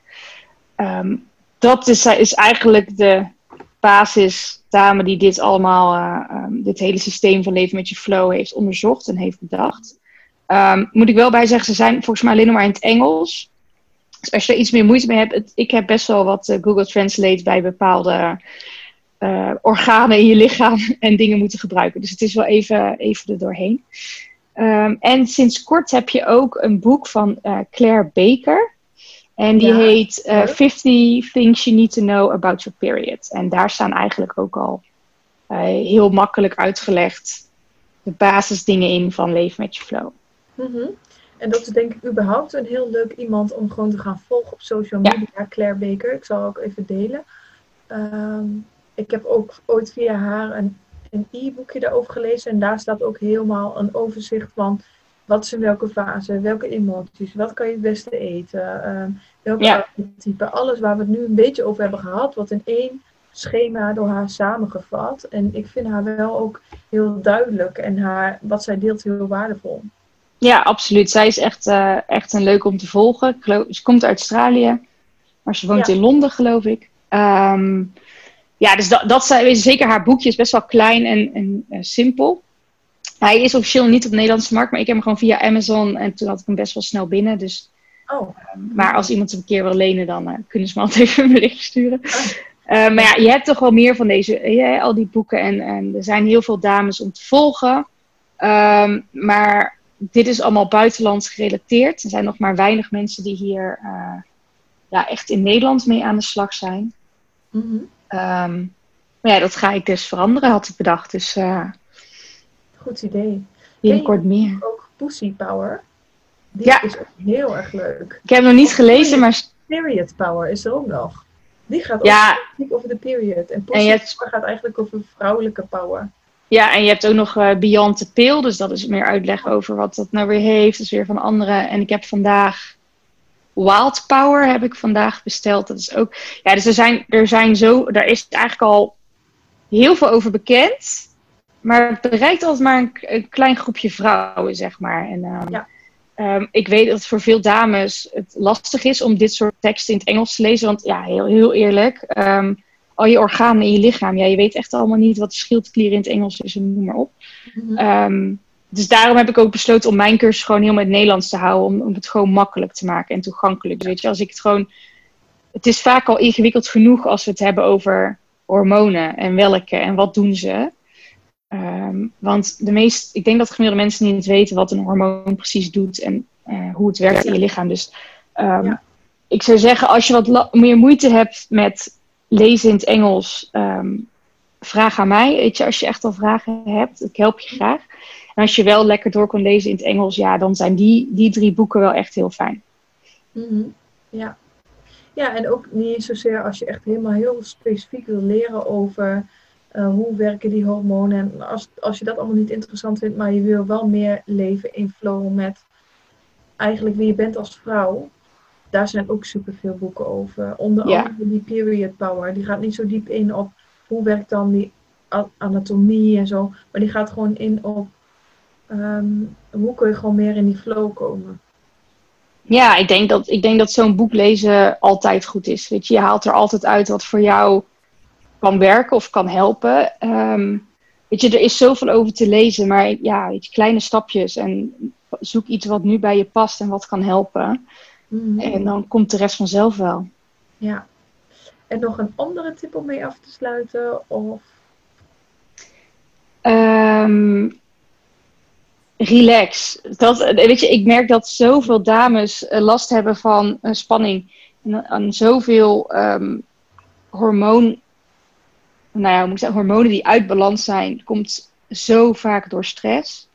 Um, dat is, is eigenlijk de basisdame die dit allemaal, uh, um, dit hele systeem van leven met je flow heeft onderzocht en heeft bedacht. Um, moet ik wel bij zeggen, ze zijn volgens mij alleen nog maar in het Engels. Dus als je er iets meer moeite mee hebt, het, ik heb best wel wat uh, Google Translate bij bepaalde uh, organen in je lichaam en dingen moeten gebruiken. Dus het is wel even, even er doorheen. Um, en sinds kort heb je ook een boek van uh, Claire Baker. En die ja, heet uh, fifty Things You Need to Know About Your Period. En daar staan eigenlijk ook al uh, heel makkelijk uitgelegd de basisdingen in van leven met je flow. Mm-hmm. En dat is denk ik überhaupt een heel leuk iemand om gewoon te gaan volgen op social media. Ja. Claire Baker, ik zal ook even delen. Um, ik heb ook ooit via haar een, een e-boekje daarover gelezen. En daar staat ook helemaal een overzicht van wat is in welke fase, welke emoties, wat kan je het beste eten, um, welke ja. type. Alles waar we het nu een beetje over hebben gehad, wat in één schema door haar samengevat. En ik vind haar wel ook heel duidelijk en haar, wat zij deelt heel waardevol. Ja, absoluut. Zij is echt, uh, echt een leuk om te volgen. Ze komt uit Australië, maar ze woont ja. in Londen, geloof ik. Um, ja, dus dat, dat is zeker haar boekje is best wel klein en, en uh, simpel. Hij is officieel niet op de Nederlandse markt, maar ik heb hem gewoon via Amazon en toen had ik hem best wel snel binnen. Dus, oh. um, maar als iemand hem een keer wil lenen, dan uh, kunnen ze me altijd even een berichtje sturen. Uh, maar ja, je hebt toch wel meer van deze, ja, al die boeken en, en er zijn heel veel dames om te volgen. Um, maar dit is allemaal buitenlands gerelateerd. Er zijn nog maar weinig mensen die hier uh, ja, echt in Nederland mee aan de slag zijn. Mm-hmm. Um, maar ja, dat ga ik dus veranderen, had ik bedacht. Dus uh, goed idee. binnenkort meer. Ook Pussy Power. Die ja. is ook heel erg leuk. Ik heb hem nog niet gelezen, maar... Period Power is er ook nog. Die gaat ook ja. over de period. En Pussy hebt... Power gaat eigenlijk over vrouwelijke power. Ja, en je hebt ook nog uh, Beyond the Pill. Dus dat is meer uitleg over wat dat nou weer heeft. Dat is weer van anderen. En ik heb vandaag... Wild Power heb ik vandaag besteld. Dat is ook... Ja, dus er zijn, er zijn zo... Daar is eigenlijk al heel veel over bekend. Maar het bereikt altijd maar een, een klein groepje vrouwen, zeg maar. En um, ja. um, ik weet dat het voor veel dames het lastig is om dit soort teksten in het Engels te lezen. Want ja, heel, heel eerlijk... Um, al je organen in je lichaam. Ja, je weet echt allemaal niet wat de schildklier in het Engels is en noem maar op. Mm-hmm. Um, dus daarom heb ik ook besloten om mijn cursus gewoon heel met Nederlands te houden. Om, om het gewoon makkelijk te maken en toegankelijk. Dus weet je, als ik het gewoon... Het is vaak al ingewikkeld genoeg als we het hebben over hormonen. En welke en wat doen ze. Um, want de meest... Ik denk dat gemiddelde mensen niet weten wat een hormoon precies doet. En uh, hoe het werkt in je lichaam. Dus um, ja. ik zou zeggen, als je wat la- meer moeite hebt met... lezen in het Engels, um, vraag aan mij. Weet je, als je echt al vragen hebt, ik help je graag. En als je wel lekker door kan lezen in het Engels, ja, dan zijn die, die drie boeken wel echt heel fijn. Mm-hmm. Ja. Ja, en ook niet zozeer als je echt helemaal heel specifiek wil leren over uh, hoe werken die hormonen. En als, als je dat allemaal niet interessant vindt, maar je wil wel meer leven in flow met eigenlijk wie je bent als vrouw. Daar zijn ook superveel boeken over. Onder Ja. andere die period power. Die gaat niet zo diep in op hoe werkt dan die anatomie en zo. Maar die gaat gewoon in op um, hoe kun je gewoon meer in die flow komen. Ja, ik denk dat, ik denk dat zo'n boek lezen altijd goed is. Weet je, je haalt er altijd uit wat voor jou kan werken of kan helpen. Um, weet je, er is zoveel over te lezen, maar ja, weet je, kleine stapjes en zoek iets wat nu bij je past en wat kan helpen. Mm-hmm. En dan komt de rest vanzelf wel. Ja. En nog een andere tip om mee af te sluiten? Of... Um, relax. Dat, weet je, ik merk dat zoveel dames last hebben van uh, spanning. En, en zoveel um, hormoon... Nou ja, hoe moet ik zeggen, hormonen die uit balans zijn, komt zo vaak door stress.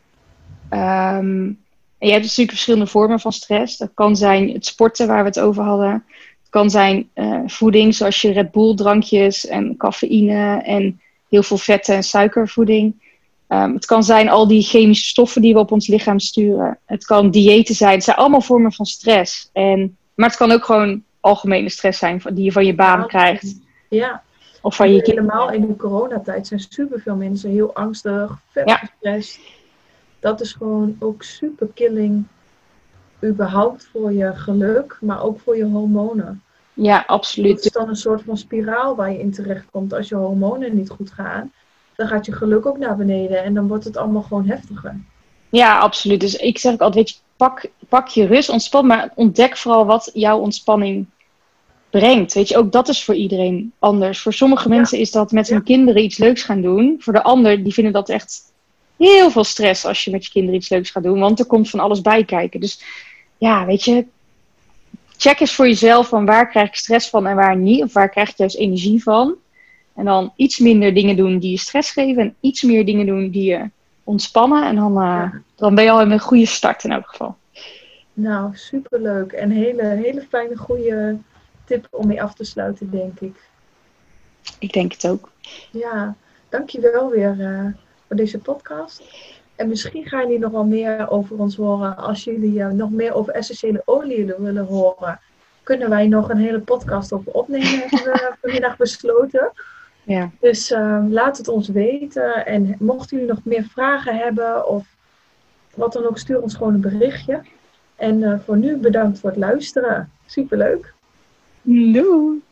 Um, en je hebt natuurlijk verschillende vormen van stress. Dat kan zijn het sporten waar we het over hadden. Het kan zijn uh, voeding, zoals je Red Bull drankjes en cafeïne en heel veel vetten en suikervoeding. Um, het kan zijn al die chemische stoffen die we op ons lichaam sturen. Het kan diëten zijn. Het zijn allemaal vormen van stress. En, maar het kan ook gewoon algemene stress zijn die je van je baan ja, krijgt. Ja. Of van je helemaal in de coronatijd zijn superveel mensen heel angstig, vet ja. gestrest. Dat is gewoon ook super killing. Überhaupt voor je geluk, maar ook voor je hormonen. Ja, absoluut. Het is dan een soort van spiraal waar je in terecht komt. Als je hormonen niet goed gaan, dan gaat je geluk ook naar beneden. En dan wordt het allemaal gewoon heftiger. Ja, absoluut. Dus ik zeg ook altijd, weet je, pak, pak je rust, ontspan. Maar ontdek vooral wat jouw ontspanning brengt. Weet je, ook dat is voor iedereen anders. Voor sommige ja. mensen is dat met hun ja. kinderen iets leuks gaan doen. Voor de ander, die vinden dat echt heel veel stress als je met je kinderen iets leuks gaat doen. Want er komt van alles bij kijken. Dus ja, weet je, check eens voor jezelf van waar krijg ik stress van en waar niet. Of waar krijg ik juist energie van. En dan iets minder dingen doen die je stress geven. En iets meer dingen doen die je ontspannen. En dan, uh, ja. dan ben je al in een goede start in elk geval. Nou, superleuk. En hele, hele fijne, goede tip om mee af te sluiten, denk ik. Ik denk het ook. Ja, dankjewel weer uh, voor deze podcast. En misschien gaan jullie nog wel meer over ons horen. Als jullie uh, nog meer over essentiële oliën willen horen, kunnen wij nog een hele podcast over opnemen, hebben we vanmiddag besloten. Ja. Dus uh, laat het ons weten. En mochten jullie nog meer vragen hebben of wat dan ook, stuur ons gewoon een berichtje. En uh, voor nu bedankt voor het luisteren. Superleuk. Doei.